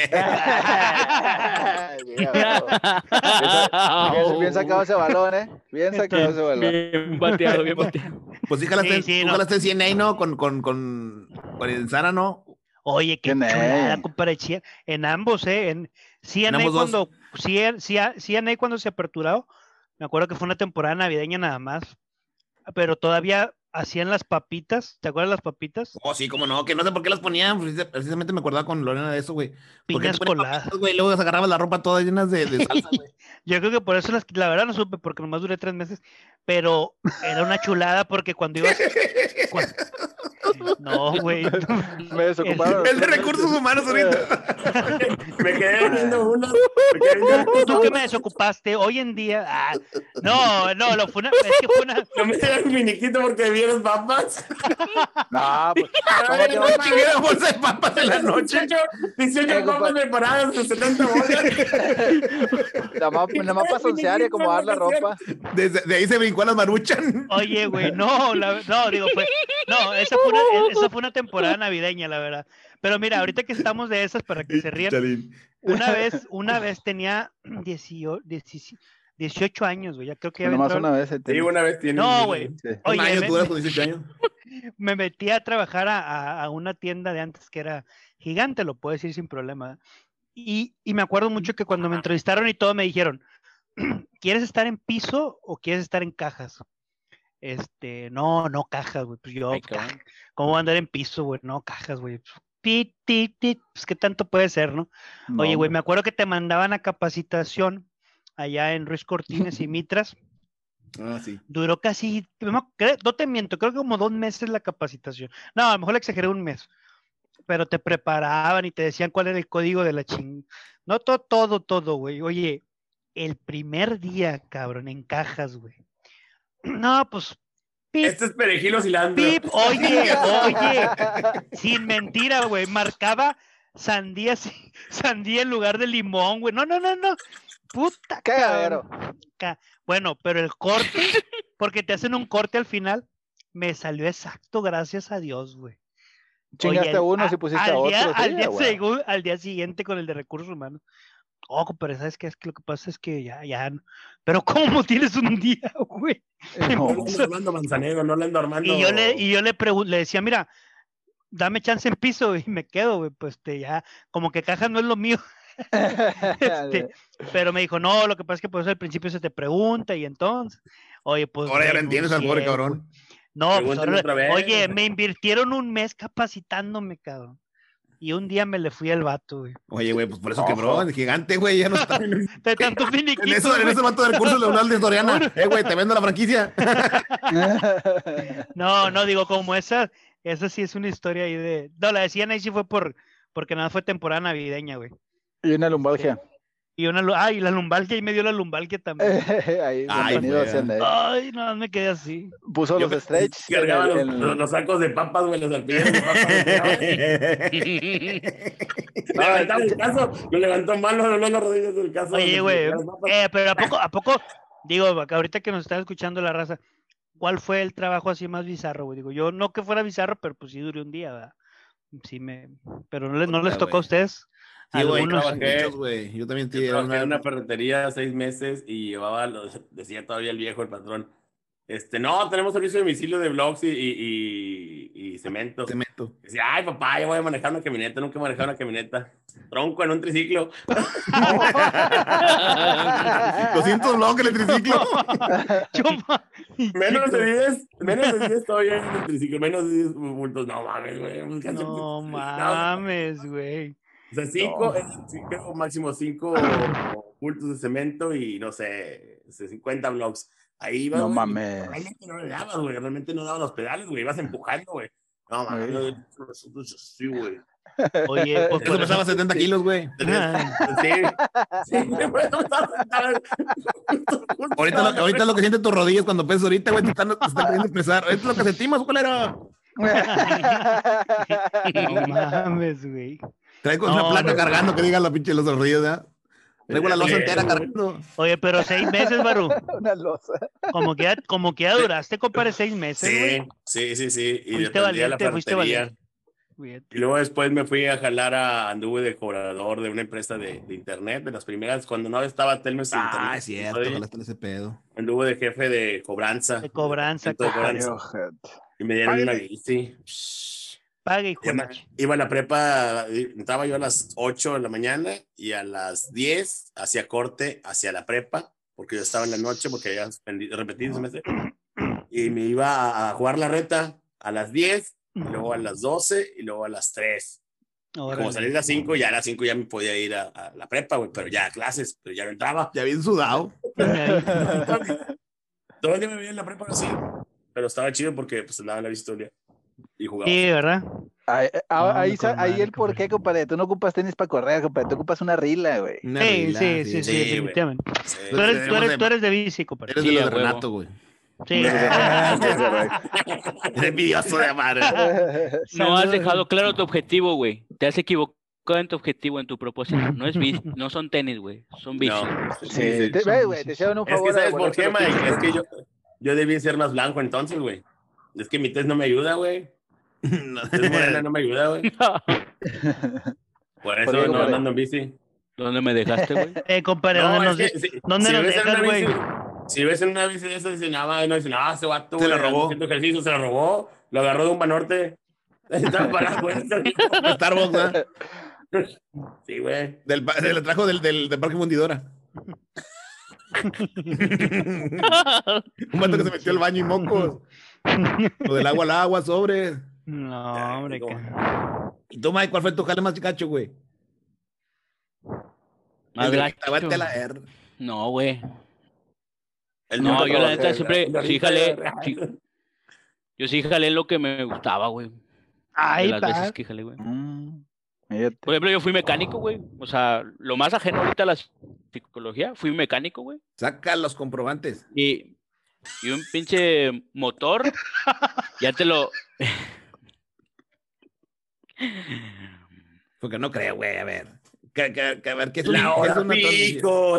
Bien sacado ese balón, ¿eh? Bien sacado ese balón. Bien bateado, bien bateado. Pues sí, jalaste, Sí, tú no. jalaste en CNA, ¿no? Con el Sara, ¿no? oye, qué Bien, chulada, compadre. En ambos, en CNA ambos dos. cuando CNA cuando se aperturó, me acuerdo que fue una temporada navideña nada más, pero todavía hacían las papitas, ¿te acuerdas las papitas? Oh, sí, cómo no, que no sé por qué las ponían. Precisamente me acordaba con Lorena de eso, güey. ¿Por qué Piñas te ponían coladas. papitas, güey? Luego se agarraba la ropa toda llenas de salsa, güey. Yo creo que por eso la verdad no supe, porque nomás duré 3 meses, pero era una chulada porque cuando ibas... No, güey. Me desocuparon. El de recursos humanos ahorita. Me quedé viendo una. Tú que me desocupaste hoy en día. No, es que fue una. No me dieron finiquito porque vieron papas. No, pues. ¿cómo Ay, te una vas? chinguera bolsa de papas en la noche. 18 papas preparadas de 70 bolas. Nada más para soncear y acomodar la ropa. De ahí se brincó a las maruchan. Oye, güey, esa fue una temporada navideña, la verdad. Pero mira, ahorita que estamos de esas, para que se rían, Chalín. una vez tenía 18 años, güey, ya creo que ya había Nomás entrado- una vez. Sí, una vez tiene. No, güey. Sí. Un Oye, año, tú eras con 18 años. me metí a trabajar a una tienda de antes que era gigante, lo puedo decir sin problema. Y me acuerdo mucho que cuando me entrevistaron y todo me dijeron, ¿quieres estar en piso o quieres estar en cajas? No cajas, güey. Pues yo, Ay, cabrón. ¿cómo voy a andar en piso, güey? No, cajas, güey. Tit, tit, tit, pues qué tanto puede ser, ¿no? Oye, No, güey, me acuerdo que te mandaban a capacitación allá en Ruiz Cortines y Mitras. Ah, sí. Duró casi, no te miento, creo que como 2 meses la capacitación. No, a lo mejor le exageré 1 mes. Pero te preparaban y te decían cuál era el código de la ching. No, todo, güey. Oye, el primer día, cabrón, en cajas, güey. No, pues, pip, Este es perejil o cilantro. pip, oye, sin mentira, güey. Marcaba sandía en lugar de limón, güey. No. Puta, Cagadero. cabrón. Bueno, pero el corte, porque te hacen un corte al final, me salió exacto, gracias a Dios, güey. Chingaste a uno, si pusiste a otro. Al día siguiente con el de recursos humanos. Pero ¿sabes qué? Es que lo que pasa es que ya. Pero ¿cómo tienes un día, güey? No le ando Armando Manzanero, no le ando Armando. Y yo le decía, mira, dame chance en piso y me quedo, güey. Pues ya, como que caja no es lo mío. Pero me dijo, no, lo que pasa es que pues al principio se te pregunta y entonces, oye, pues. Ahora ya lo entiendes al pobre cabrón. No, pues ahora, oye, me invirtieron un mes capacitándome, cabrón. Y un día me le fui al vato, güey. Oye, güey, pues por eso quebró, el gigante, güey, ya no está. De tanto finiquito. En ese vato del curso leonal de Soriana. Güey, te vendo la franquicia. No, digo, como esa sí es una historia ahí de. No, la decían ahí sí fue porque nada fue temporada navideña, güey. Y una lumbalgia. Y la lumbalgia, y me dio la lumbalgia también. Ay, no, me quedé así. Puso los stretch. Cargaba los sacos de papas, güey, los alpillos de papas. El caso, lo levantó mal los rodillas del caso. Oye, güey, pero ¿a poco? Digo, ahorita que nos están escuchando la raza, ¿cuál fue el trabajo así más bizarro, güey? Digo, yo no que fuera bizarro, pero pues sí duré un día, ¿verdad? Sí pero no les tocó a ustedes. Sí, güey, trabajé, yo también trabajé en una ferretería 6 meses y llevaba decía todavía el viejo, el patrón, no, tenemos servicio de domicilio de blogs y cemento. Decía, ay, papá, yo voy a manejar una camioneta, nunca he manejado una camioneta. Tronco en un triciclo. 200 blogs en el triciclo. Menos de 10 todavía en el triciclo, menos de 10 bultos. No mames, güey. No mames, güey. O sea, 5, máximo 5 bultos de cemento y no sé, 50 blogs. Ahí iba. No mames. Realmente no le dabas, güey. Realmente no daban los pedales, güey. Ibas empujando, güey. No mames. Sí, güey. Oye, pues eso pesaba 70 kilos, güey. Sí, ahorita lo que sienten tus rodillas cuando pesas ahorita, güey, te están queriendo pesar. Esto es lo que sentimos, culero. No mames, güey. Trae con una placa cargando que diga la pinche los rodillas, ¿verdad? Traigo la losa entera cargando. Oye, pero 6 meses, Baru. Una losa. Como que ya duraste, compadre, 6 meses, güey. Sí. Y fuiste valiente. Y luego después me fui a jalar anduve de cobrador de una empresa de internet, de las primeras, cuando no estaba Telmex internet. Es cierto, jalaste ese pedo. Anduve de jefe de cobranza. Y me dieron una bici. Pague, hijo. Iba a la prepa, entraba yo a las 8 de la mañana y a las 10 hacía corte hacia la prepa, porque yo estaba en la noche, porque ya repetí ese mes. Y me iba a jugar la reta a las 10, y luego a las 12 y luego a las 3. Como salí a las 5, ya a las 5 ya me podía ir a la prepa, güey, pero ya a clases, pero ya no entraba. Ya bien sudado. Todo el día me veía en la prepa así, pero estaba chido porque pues andaba en la historia. Y jugaba. Sí, ¿verdad? Ahí el por qué, compadre. Tú no ocupas tenis para correr, compadre. Tú ocupas una rila, güey. Sí, definitivamente. Tú eres de bici, compadre. Eres de los de Renato, güey. Sí. Eres envidioso de madre. No has dejado claro tu objetivo, güey. Te has equivocado en tu objetivo, en tu propósito. No es bici, no son tenis, güey. Son bici. Sí, güey, te hicieron un favor. Es que ¿sabes por qué, Mike? Es que yo debí ser más blanco entonces, güey. Es que mi test no me ayuda, güey. No me ayuda, güey. Por eso no ando en bici. ¿Dónde me dejaste, güey? Compadre, ¿dónde nos dejas, güey? Si ves en una bici de eso, dicen, ese vato, se la robó. Haciendo ejercicio, se la robó. Lo agarró de un Banorte. Estaba parado, güey. Starbucks, ¿eh? Sí, güey. Se lo trajo del Parque Fundidora. Un vato que se metió al baño y mocos. Lo del agua al agua, sobre. No, hombre. ¿Y tú, Mike, cuál fue tu jale más gacho, güey? Más gacho. No, güey. No, yo la neta siempre sí jalé. Yo sí jalé lo que me gustaba, güey. Ay, las veces que jalé, güey. Por ejemplo, yo fui mecánico, güey. O sea, lo más ajeno ahorita a la psicología, fui mecánico, güey. Saca los comprobantes. Y un pinche motor, ya te lo... Porque no creo, güey, a ver. A ver, ¿qué es la hora pico?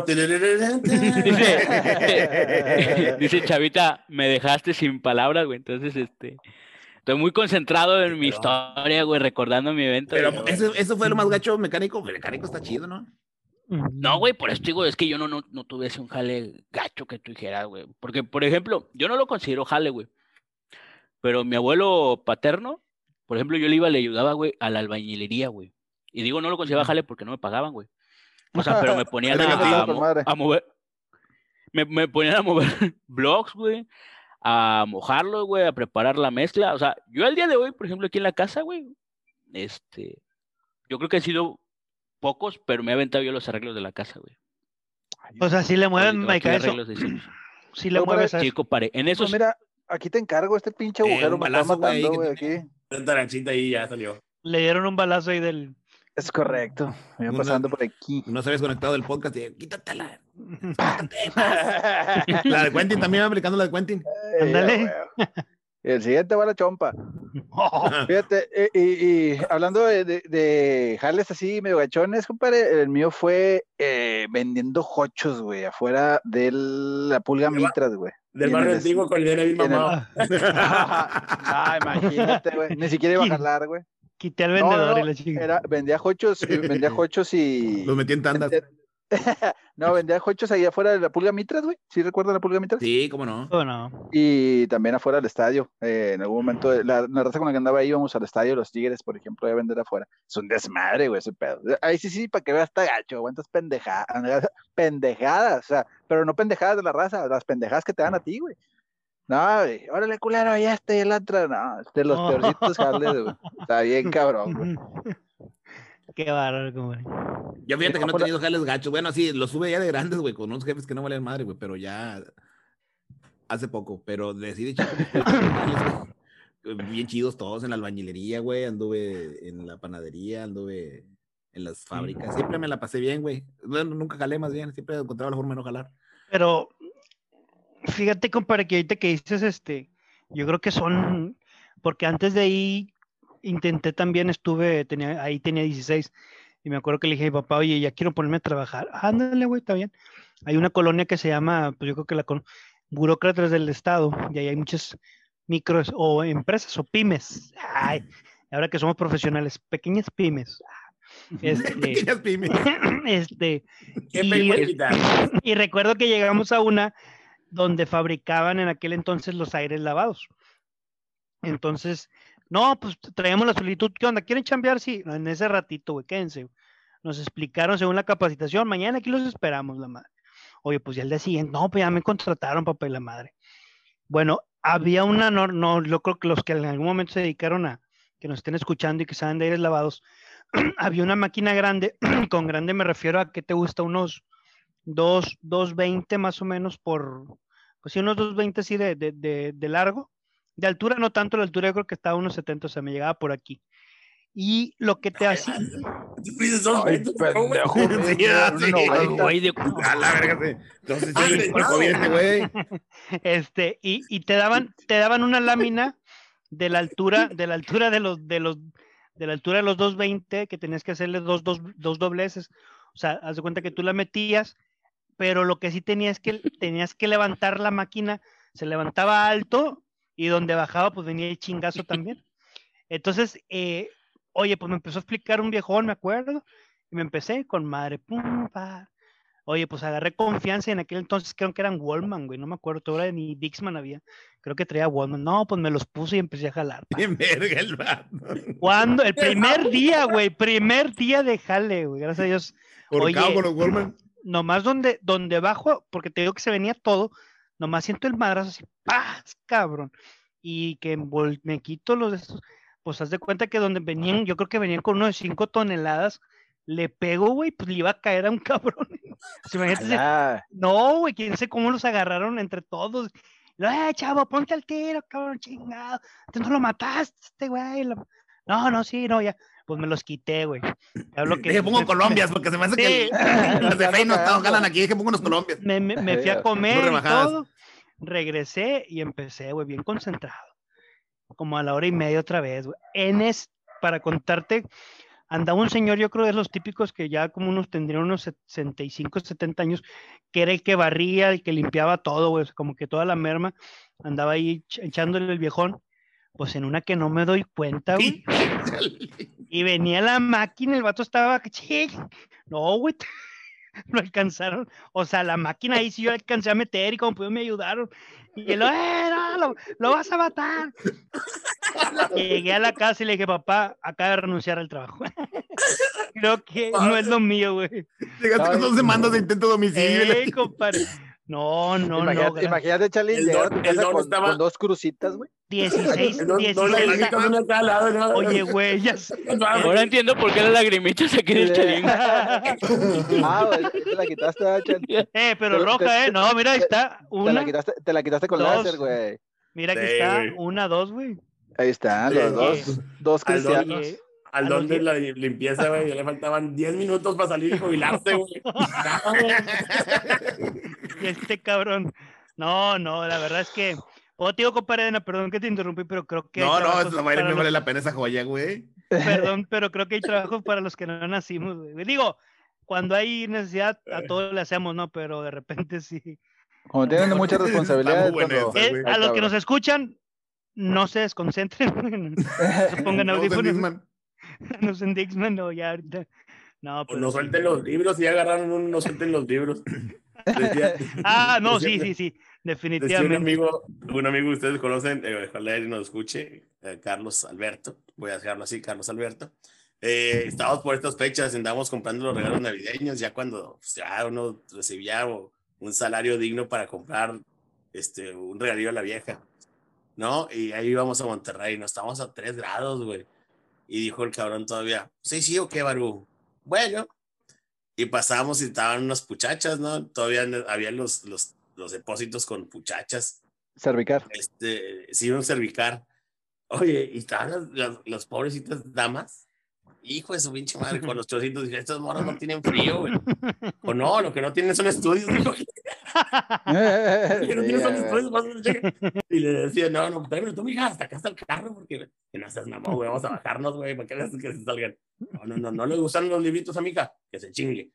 Dice Chavita, me dejaste sin palabras, güey. Entonces, Estoy muy concentrado en mi Pero- historia, güey, recordando mi evento. Pero, güey. Eso fue lo más gacho mecánico. El mecánico está chido, ¿no? No, güey, por eso digo, es que yo no tuve así un jale gacho que tú dijeras, güey. Porque, por ejemplo, yo no lo considero jale, güey. Pero mi abuelo paterno, por ejemplo, yo le ayudaba, güey, a la albañilería, güey. Y digo, no lo consideraba jale porque no me pagaban, güey. O sea, pero me ponían Ahí venga, a con madre. mover, me ponían a mover blocks, güey, a mojarlo, güey, a preparar la mezcla. O sea, yo al día de hoy, por ejemplo, aquí en la casa, güey, yo creo que han sido pocos, pero me he aventado yo los arreglos de la casa, güey. O sea, sí le mueven, Ahorita aquí Mike, a eso. arreglos decimos. Sí le Oye, mueves a Sí, eso. compadre. En eso Pues mira, aquí te encargo, este pinche agujero un me está balazo, güey, matando, que güey, tiene. aquí. Tanta lanchita ahí ya salió. Le dieron un balazo ahí del. Es correcto. Me iba pasando por aquí. No se habías conectado del podcast y quítatela. La de Quentin también va aplicando la de Quentin. Ándale. güey. El siguiente va la chompa. Fíjate, y hablando de jales así medio gachones, compadre, el mío fue vendiendo jochos, güey, afuera de la Pulga Mitras, güey. Del Y en barrio el- antiguo con el bien en el- mamado. Ah, imagínate, güey. Ni siquiera iba a jalar, güey. Quité al No, vendedor no, y la chica. vendía jochos y. Los metí en tandas. No, vendía jochos ahí afuera de la Pulga Mitras, güey. ¿Sí recuerdan la Pulga Mitras? Sí, cómo no. Bueno, Y también afuera del estadio. En algún momento, la raza con la que andaba ahí, íbamos al estadio, los Tigres, por ejemplo, a vender afuera. Es un desmadre, güey, ese pedo. Ahí sí, para que veas, está gacho, aguantas pendejadas, pendejadas, o sea, pero no pendejadas de la raza, las pendejadas que te dan a ti, güey. No, güey, órale, culero, ya y el otro, no, de los peorcitos jales, güey. Está bien cabrón, güey. qué bárbaro, compadre. Yo fíjate que no he tenido jales gachos. Bueno, sí, los sube ya de grandes, güey, con unos jefes que no valen madre, güey, pero ya hace poco. Pero decidí chico, bien chidos todos en la albañilería, güey. Anduve en la panadería, anduve en las fábricas. Siempre me la pasé bien, güey. Bueno, nunca jalé más bien, siempre encontraba la forma de no jalar. Pero fíjate, compadre, que ahorita que dices, yo creo que son, porque antes de ahí intenté también, ahí tenía 16, y me acuerdo que le dije a mi papá, oye, ya quiero ponerme a trabajar. Ándale, güey, está bien. Hay una colonia que se llama, pues yo creo que Burócratas del Estado, y ahí hay muchas micros o empresas o pymes. Ay, ahora que somos profesionales, pequeñas pymes. Pequeñas pymes. ¿Qué Y- peculiaridad? Y recuerdo que llegamos a una donde fabricaban en aquel entonces los aires lavados. Entonces, no, pues traíamos la solicitud, ¿qué onda? ¿Quieren chambear? Sí, en ese ratito, güey, quédense. Nos explicaron según la capacitación, mañana aquí los esperamos, la madre. Oye, pues ya el día siguiente, no, pues ya me contrataron, papá y la madre. Bueno, había una, no, yo creo que los que en algún momento se dedicaron a que nos estén escuchando y que saben de aires lavados, había una máquina grande, con grande me refiero a que te gusta unos 220 más o menos pues sí, unos 220 así de largo. De altura no tanto, la altura yo creo que estaba a unos 70, o sea, me llegaba por aquí. Y lo que te hacía... Tú dices, son Ay, ventos, ¿no, güey? pendejo, güey, Sí, una sí. 90. Güey, A la verga, sí. Entonces, Ah, sí, no. COVID este güey. y te daban una lámina de la altura de la altura de los 220 que tenías que hacerle dos dobleces. O sea, haz de cuenta que tú la metías, pero lo que sí tenías que levantar la máquina, se levantaba alto y donde bajaba pues venía el chingazo también. Entonces, oye, pues me empezó a explicar un viejón, me acuerdo, y me empecé con madre, pum, pa. Oye, pues agarré confianza y en aquel entonces creo que eran Wallman, güey, no me acuerdo, todavía ni Dixman había, creo que traía Wallman. No, pues me los puse y empecé a jalar. Pa. Bien verga el vato. Cuando, el primer día, güey, primer día de jale, güey, gracias a Dios. Horcado Oye, con los Goldman. nomás donde bajo, porque te digo que se venía todo, nomás siento el madrazo así, ¡paz, cabrón! Y que me quito los de estos, pues haz de cuenta que donde venían, yo creo que venían con uno de 5 toneladas, le pego, güey, pues le iba a caer a un cabrón. O sea, imagínate, Alá. no, güey, quién sé cómo los agarraron entre todos. Chavo, ponte al tiro, cabrón, chingado. Tú no lo mataste, güey. No, sí, no, ya. Pues me los quité, güey. Hablo que Dije, pongo Colombias, porque se me hace que Sí. los de Fey no jalan aquí. Dije, pongo unos Colombias. me fui a comer y rebajadas. todo. Regresé y empecé, güey, bien concentrado. Como a la hora y media otra vez, güey. Para contarte, andaba un señor, yo creo de los típicos que ya como tendrían unos 65, 70 años, que era el que barría, el que limpiaba todo, güey, como que toda la merma, andaba ahí echándole el viejón. pues en una que no me doy cuenta, güey. Y venía la máquina, el vato estaba, che, no, güey, lo alcanzaron. O sea, la máquina ahí sí yo alcancé a meter y como pudo me ayudaron. Y él, no, lo vas a matar. Llegué a la casa y le dije, papá, acaba de renunciar al trabajo. Creo que no es lo mío, güey. Llegaste con 2 demandas de intento de homicidio. Compadre. No, Imagínate, Charlie, llegar a tu casa con 2 crucitas, güey. 16. Una lado, ¿no? Oye, güey, ya sé. Ahora entiendo por qué las lagrimitas aquí en el Chalín. Güey, te la quitaste, Charlie. Pero roja, no, mira, ahí está. Te la quitaste con láser, güey. Mira, aquí está, 1, 2, güey. Ahí están los dos cristianos. Al don de la limpieza, güey, ya le faltaban 10 minutos para salir y jubilarse, güey. Y este cabrón. No, la verdad es que. Te digo, compadre, perdón que te interrumpí, pero creo que. No, no me vale la pena esa joya, güey. Perdón, pero creo que hay trabajos para los que no nacimos, güey. Digo, cuando hay necesidad, a todos le hacemos, ¿no? Pero de repente sí. Como tienen mucha responsabilidad. A los que nos escuchan, no se desconcentren. Se pongan audífonos. No son Dixman, no, ya ahorita. No, pues no suelten los libros, y agarraron no suelten los libros. No, sí, definitivamente. Un amigo que ustedes conocen, ojalá él nos escuche, Carlos Alberto, voy a dejarlo así, Carlos Alberto. Estábamos por estas fechas, andábamos comprando los regalos navideños, ya cuando ya uno recibía un salario digno para comprar un regalillo a la vieja, ¿no? Y ahí íbamos a Monterrey, nos estábamos a 3 grados, güey. Y dijo el cabrón todavía, sí, ¿o qué, Barú? Bueno, y pasamos y estaban unas puchachas, ¿no? Todavía había los depósitos con puchachas. Cervicar. Sí, un cervicar. Oye, y estaban las pobrecitas damas, hijo de su pinche madre, con los chocitos. Dije, estos morros no tienen frío, güey. O no, lo que no tienen son estudios, dijo. Y le decía, no, pero tú, mija, hasta acá está el carro, porque no seas mamón, güey, vamos a bajarnos, güey, para que veas que se salgan. No le gustan los libritos a mi hija, que se chingue.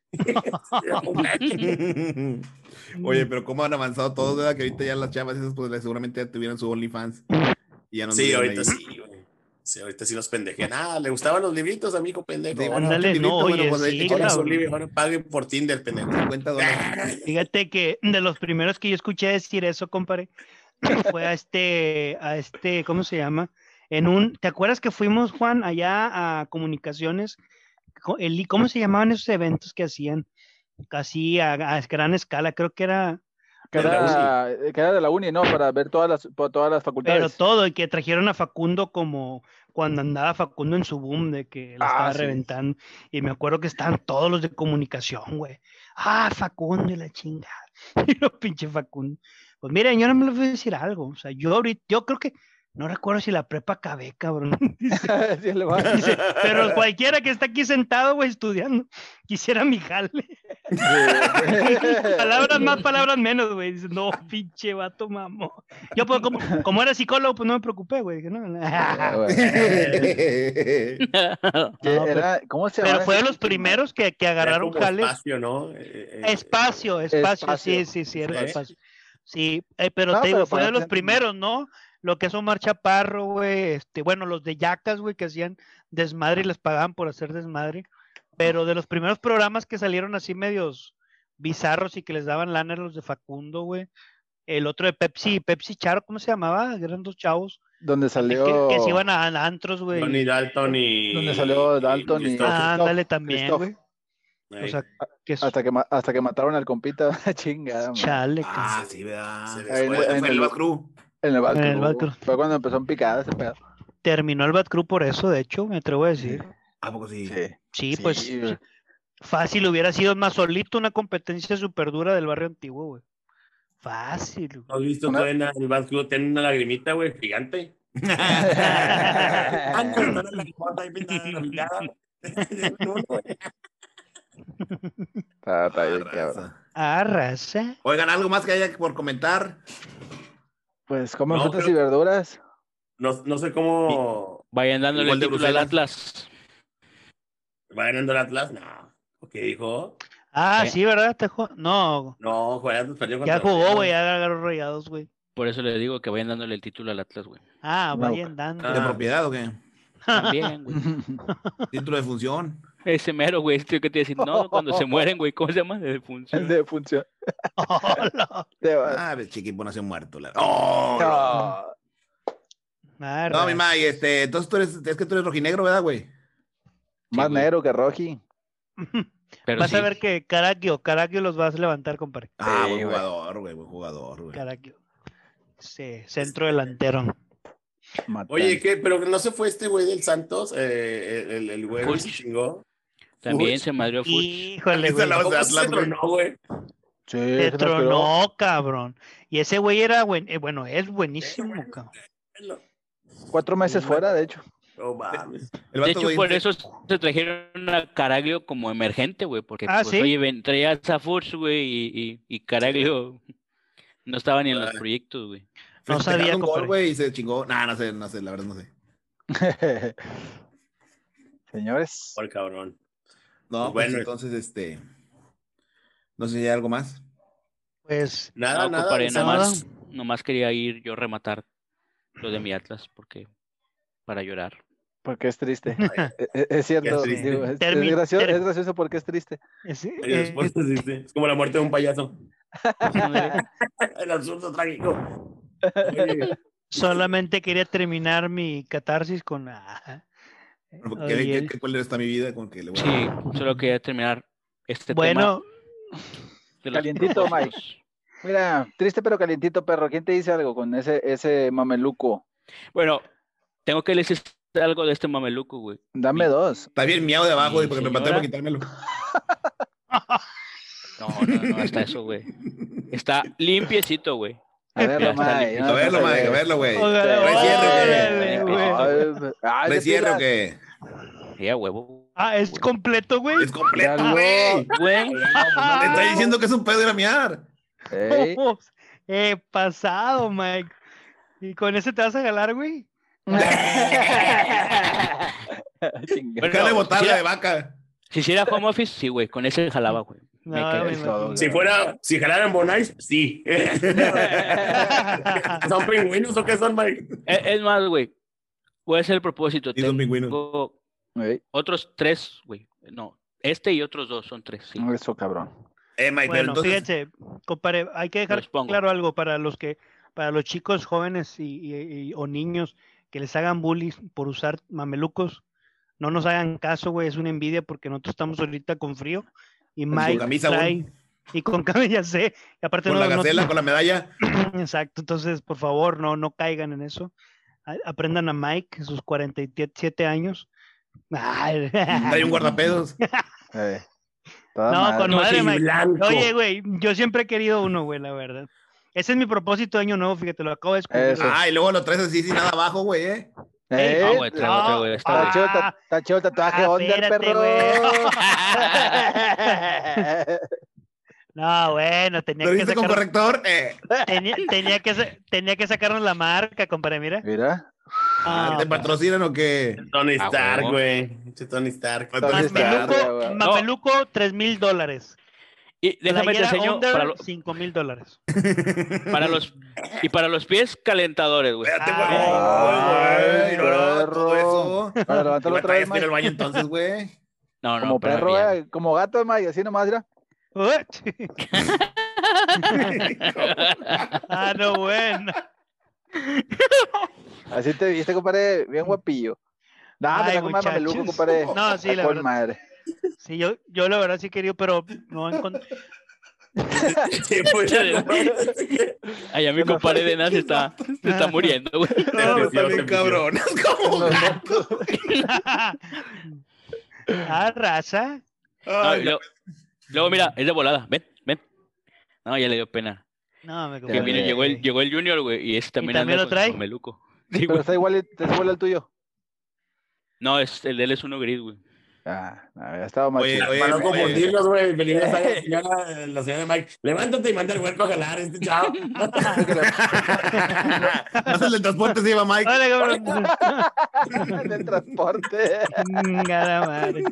Oye, pero cómo han avanzado todos, ¿verdad? Que ahorita ya las chavas esas, pues seguramente ya tuvieron su OnlyFans. Y ya no ahorita sí, güey. Sí, ahorita sí los pendejean. Le gustaban los libritos a mi hijo pendejo. Sí, ándale, no, oye, pues, sí, ahora paguen por Tinder, pendejo. $50. Fíjate que de los primeros que yo escuché decir eso, compadre, fue a ¿cómo se llama? ¿te acuerdas que fuimos, Juan, allá a Comunicaciones? ¿Cómo se llamaban esos eventos que hacían? Casi a gran escala, creo que era... Que era de la uni, ¿no? Para ver todas las facultades. Pero todo, y que trajeron a Facundo como cuando andaba Facundo en su boom de que la estaba reventando. Y me acuerdo que estaban todos los de comunicación, güey. Facundo y la chingada. Y los pinche Facundo. Pues miren, yo no me les voy a decir algo. O sea, yo creo que no recuerdo si la prepa acabé, cabrón. Dice, pero cualquiera que está aquí sentado, güey, estudiando, quisiera mi jale. Palabras más, palabras menos, güey. Dice, no, pinche vato, mamó. Yo, pues, como era psicólogo, pues no me preocupé, güey. Dije, no. ¿Cómo se llama? Pero fue de los primeros que agarraron jales. Espacio, ¿no? Espacio, sí, era espacio. Sí, pero te digo, fue de los primeros, ¿no? Lo que es Omar Chaparro, güey, bueno, los de Yacas, güey, que hacían desmadre y les pagaban por hacer desmadre, pero de los primeros programas que salieron así medios bizarros y que les daban lana eran los de Facundo, güey, el otro de Pepsi Charo, ¿cómo se llamaba? Eran 2 chavos. Donde salió... Que se iban a antros, güey. Donnie Dalton y... Donde salió Dalton y... ándale también, güey. O sea, hasta que mataron al compita, chingada. Chale. Sí, ¿verdad? En el Bad Crew. En el Bad Crew. Fue cuando empezó en picada ese pedo. Terminó el Bad Crew por eso, de hecho, me atrevo a decir. ¿A poco sí? Sí, pues fácil hubiera sido más solito una competencia súper dura del barrio antiguo, güey. Fácil. ¿No has visto tú en el Bad Crew? Tiene una lagrimita, güey, gigante. Raza. Oigan, ¿algo más que haya por comentar? Pues comen frutas y verduras. No sé cómo... Vayan dándole el título al Atlas. ¿Vayan dando el Atlas? No. ¿Qué dijo? Sí, ¿verdad? No. No, Juárez perdió contra... Ya jugó, güey, ya agarró Rayados, güey. Por eso le digo que vayan dándole el título al Atlas, güey. Ah, No. vayan dando. ¿De propiedad o qué? También, güey. Título de función. Ese mero, güey, estoy que te decir, no, cuando se mueren, güey, ¿cómo se llama? De defunción. De función. Hola. Ah, pues, Chiquipo nació muerto. ¡Oh! Ah, No, mi raza. Mike, entonces es que tú eres rojinegro, ¿verdad, güey? Más güey. negro que Roji. Pero Vas sí, a ver que Caracchio los vas a levantar, compadre. Ah, Sí, buen güey. jugador, güey, buen jugador, güey. Caracchio. Sí, centro delantero. Oye, ¿qué? Pero no se fue este güey del Santos, el güey que se Fuch. chingó. también Fuch. se madrió Fuch. Híjole, Esa güey. la- ¿Cómo de se Atlas, güey. tronó, güey? Sí, Te se nos quedó. tronó, cabrón. Y ese güey era bueno, es buenísimo, cabrón. 4 meses fuera, de hecho. No mames. El De vato, hecho, güey, por eso se trajeron a Caraglio como emergente, güey, porque, Ah, pues, ¿sí? oye, traías a Fuchs, güey, y Caraglio no estaba ni en los Ah. proyectos, güey. No festejaron sabía, un gol, compadre. güey, y se chingó. Nah, no sé, la verdad no sé. Señores, Por cabrón. No, Pues pues bueno. entonces, no sé si hay algo más. Pues, Nada, No, nada. compadre, o sea, nomás quería ir yo a rematar lo de mi Atlas, porque para llorar. porque es triste. Es cierto, triste. digo, es Termi- gracioso, ter- es gracioso porque es triste. ese- y después, sí, sí. Es como la muerte de un payaso. Ándale. El absurdo trágico. Oye, solamente quería terminar mi catarsis con... Oye, ¿Cuál está mi vida? Con que le voy a... Sí, solo quería terminar este bueno, tema de los Calientito, propósitos. Mira, triste pero calientito, perro. ¿Quién te dice algo con ese mameluco? Bueno, tengo que decir algo de este mameluco, güey. Dame Mi- 2. Está bien miado de abajo, Mi güey, porque me maté para señora- quitármelo. No, hasta eso, güey. Está limpiecito, güey. A verlo, Mira, está Mike. limpio. A verlo, Mike, a verlo, güey. Órale, ¿Trae cierre o órale, qué? güey. ¿Trae cierre o qué? Ya, huevo. Es completo, güey. Es completo, Ya güey. Güey. Te está diciendo que es un pedo ir a miar. Ey. Pasado, Mike. ¿Y con ese te vas a jalar, güey? Chinga. Bueno, Déjale botarla mira. de vaca. Si hiciera home office, sí, güey. Con ese jalaba, güey. Me No, quedé. me Es todo, imagino. si jalaran Bonais, sí. ¿Son pingüinos o qué son, Mike? Es más, güey. Voy a hacer el propósito. Sí, son pingüinos. Tengo Ey, otros 3, güey. No, este y otros 2 son 3, sí. eso, cabrón. Mike, pero Bueno, entonces... fíjense, compadre, hay que dejar Los pongo. claro algo para los chicos jóvenes o niños que les hagan bullies por usar mamelucos. No nos hagan caso, güey, es una envidia porque nosotros estamos ahorita con frío y Con Mike camisa, trae y con camisa, ya sé, y aparte Con no, la gacela, con la medalla. exacto, entonces por favor no caigan en eso. Aprendan a Mike, sus 47 años. Ay, Trae un guardapedos. Toda No, madre. con madre, Sí, Mike. blanco. Oye, güey, yo siempre he querido uno, güey, la verdad. Ese es mi propósito de año nuevo, fíjate, lo acabo de descubrir. Eso. güey. Ah, y luego lo traes así sin nada abajo, güey, No, güey, traigo, güey. Está Está bien. chido el tatuaje under, espérate, perro. No, bueno, tenía ¿Lo que viste con sacar, corrector? tenía que sacarnos la marca, compadre, mira. Mira. Ah, ¿Te patrocinan o qué? Tony Ah, Stark, huevo. güey. Pinche Tony Stark. Tony Stark. güey. Mameluco, $3,000. Y déjame te Playera enseño under, para, $5,000. para los pies calentadores, güey. Espérate, güey. Ay, Ay, no, todo eso. Para levantarlo Igual otra vez, traes que ir al Mike. baño entonces, güey. No, no, Como pero perro, bien. como gato, Mike, así nomás, mira. No, bueno. Así te viste, compadre, bien guapillo. Nah, te Ay, saco más mameluco, muchachos. compadre. No, sí, la Con verdad. madre. Sí, yo la verdad sí he querido, pero no encontré. Sí, pues, Allá mi compadre de Nas se está muriendo, güey. No, Sí, están sí, bien sí. cabrones, como gatos. Raza. No, Ay, y luego, mira, es de volada. Ven. No, ya le dio pena. No, me Que Que mire, miren, llegó el Junior, güey, y ese también también anda lo con trae? su mameluco. Sí, Pero güey. está igual el tuyo. No, el de él es uno gris, güey. Ya estaba mal Oye, chido. oye, Para no oye. confundirlos, güey. Venía la señora de Mike. Levántate y manda al huerco a jalar este chavo. Más el de transporte se lleva Mike. Hola, cabrón. Del transporte. Chingada madre.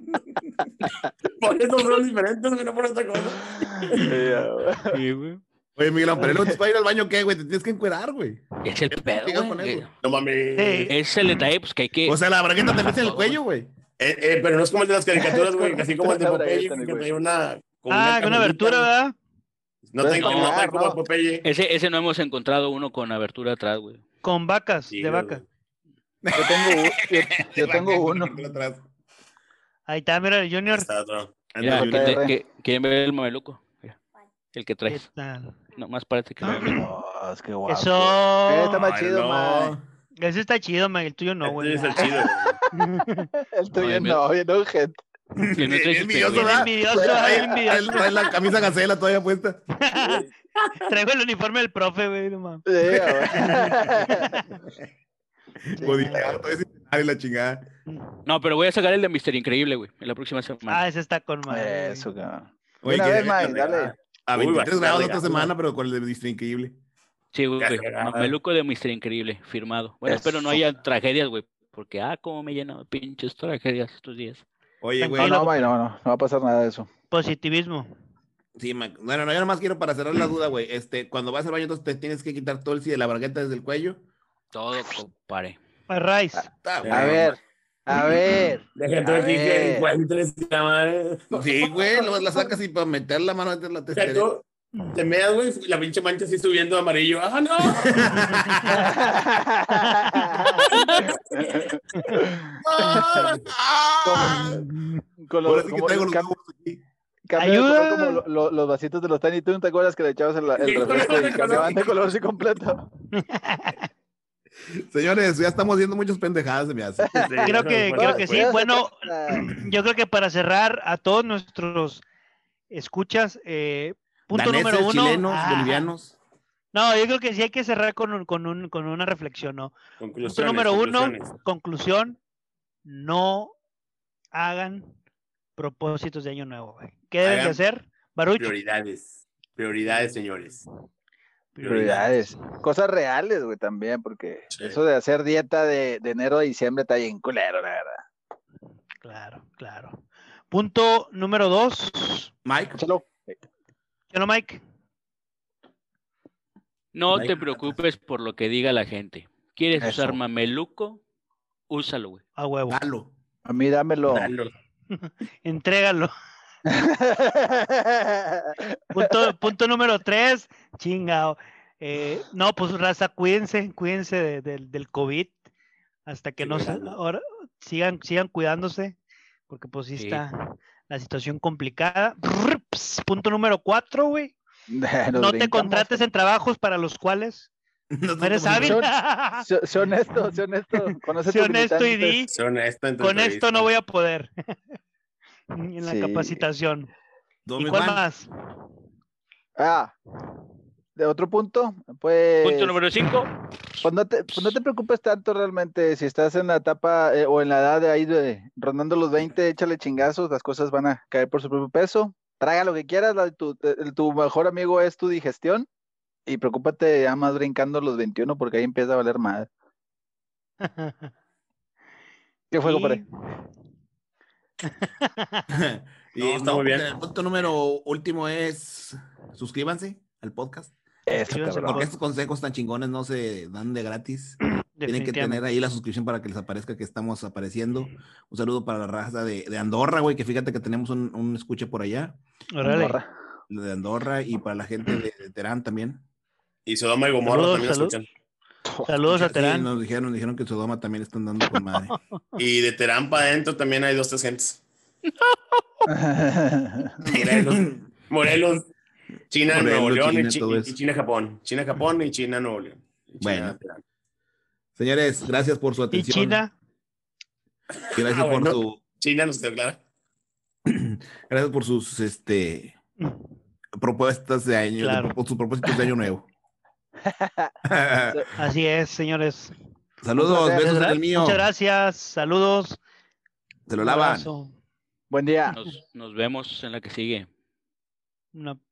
Por eso son diferentes, güey, no por otra cosa. Sí, güey. Oye, Miguel, pero luego te vas a ir al baño, ¿qué, güey? Te tienes que encuerar, güey. Es el pedo, Llegas con güey. eso. No mames. Sí. Es el detalle, pues que hay que... O sea, la bragueta te mete en el cuello, güey. Pero no es como el de las caricaturas, güey, así como el de Una Popeye, bragueta, que güey. trae una... como Con una cajonita, abertura, güey. ¿verdad? No trae No, como no. el Popeye. Ese no hemos encontrado uno con abertura atrás, güey. Con vacas, Sí, de vaca. Yo tengo uno. Ahí está, mira, el Junior. Está otro. Mira, JR. ¿quieren ver el mameluco? Mira, el que ¿Qué traes. tal? Nomás parece que no. Oh, es que guapo. Eso. Está más Ay, chido, no. man. Ese está chido, man. El tuyo no, Este güey. es el chido, güey. El tuyo Oye, no, bien gente. El mío trae sus Envidioso, pingüinos. ¿verdad? Envidioso, Trae- envidioso. Trae la camisa gacela todavía puesta. Traigo el uniforme del profe, güey, no mames. Modificado, todo ese escenario y la chingada. No, pero voy a sacar el de Mister Increíble, güey, en la próxima semana. Ah, ese está con madre. Eso, cabrón. Oye, Una que vez, se man, venga dale. a Uy, 23 va, grados dale, esta dale. semana, pero con el de Mister Increíble. Sí, güey. Ya. Mameluco de Mister Increíble, firmado. Bueno, espero no Eso. haya tragedias, güey. Porque, cómo me he llenado de pinches tragedias estos días. Oye, No, güey. no, man, no va a pasar nada de eso. Positivismo. Sí, bueno, no, yo nomás quiero para cerrar la duda, güey. Cuando vas al baño, entonces te tienes que quitar todo el de la bragueta desde el cuello. Todo, compadre. Rice. Está, A güey. ver. Déjate A decir que ver. encuentres la madre. Sí, güey, luego la sacas y para meter la mano dentro de la O sea, testera. tú te meas, güey, la pinche mancha así subiendo amarillo. ¡Ah, no! Con Ahora los, sí que como, traigo los cam- huevos aquí. cambia de ¡Ayuda! color como los vasitos de los Tiny Toon, ¿te acuerdas que le echabas el Sí, refresco con y el cambiaban de color. color así completo? Señores, ya estamos viendo muchas pendejadas, se me hace. Creo que sí. ya se Bueno, trata. yo creo que para cerrar a todos nuestros escuchas, punto Daneses, número uno. chilenos, bolivianos. No, yo creo que sí hay que cerrar con una reflexión, ¿no? Punto Conclusiones, número uno, conclusiones. conclusión, no hagan propósitos de año nuevo, güey. ¿Qué deben de Hagan hacer, Baruch? Prioridades, señores. Prioridades. Cosas reales, güey, también, porque Sí. eso de hacer dieta de enero a diciembre está bien culero, la verdad. Claro, claro. Punto número dos. Mike. Échalo. ¿Qué no, Mike? No Mike, te preocupes por lo que diga la gente. ¿Quieres Eso. usar mameluco? Úsalo, güey. A huevo. Dalo. A mí dámelo. Dalo. Entrégalo. Punto número 3, chingao. No, pues raza, cuídense del COVID hasta que Sí, no cuidando. ahora sigan cuidándose, porque pues sí Sí. está la situación complicada. Punto número 4, güey. Nos No te brincamos. contrates en trabajos para los cuales no eres hábil. Sé honesto, sé honesto. Conoce Sé tus honesto y limitantes. di, Sé honesto en tu con esto entrevista. no voy a poder. En la Sí. capacitación. Don ¿Y mi cuál Juan. más? De otro punto, pues. Punto número 5. Pues no te preocupes tanto realmente. Si estás en la etapa o en la edad de ahí rondando los 20, échale chingazos, las cosas van a caer por su propio peso. Traga lo que quieras, tu mejor amigo es tu digestión. Y preocúpate ya más brincando los 21 porque ahí empieza a valer madre. ¿Qué fue, Y- compadre? Y No, está muy bien. El punto número último es suscríbanse al podcast. Eso, Suscríbanse, cabrón. Porque estos consejos tan chingones no se dan de gratis. Tienen que tener Definitivamente. ahí la suscripción para que les aparezca que estamos apareciendo. Un saludo para la raza de Andorra, güey, que fíjate que tenemos un escuche por allá, Órale. Andorra. de Andorra, y para la gente de Terán también. Y Sodoma y Gomorra Saludos, también salud. escuchan. Saludos a Sí, Terán. nos dijeron que en Sodoma también están dando con madre. Y de Terán para adentro también hay 2-3 gentes. Morelos, China, Morelos, Nuevo León China, y todo eso. China, Japón. China, Japón y China, Nuevo León. Y China, Bueno. Terán. Señores, gracias por su Y atención. China. Y gracias Ah, bueno. por su China nos quedó clara. gracias por sus propuestas de año, Claro. por sus propósitos de año nuevo. Así es, señores. Saludos, Un placer. besos en el mío. Muchas gracias. Saludos. Se lo Un lavan. abrazo. Buen día. Nos vemos en la que sigue. Una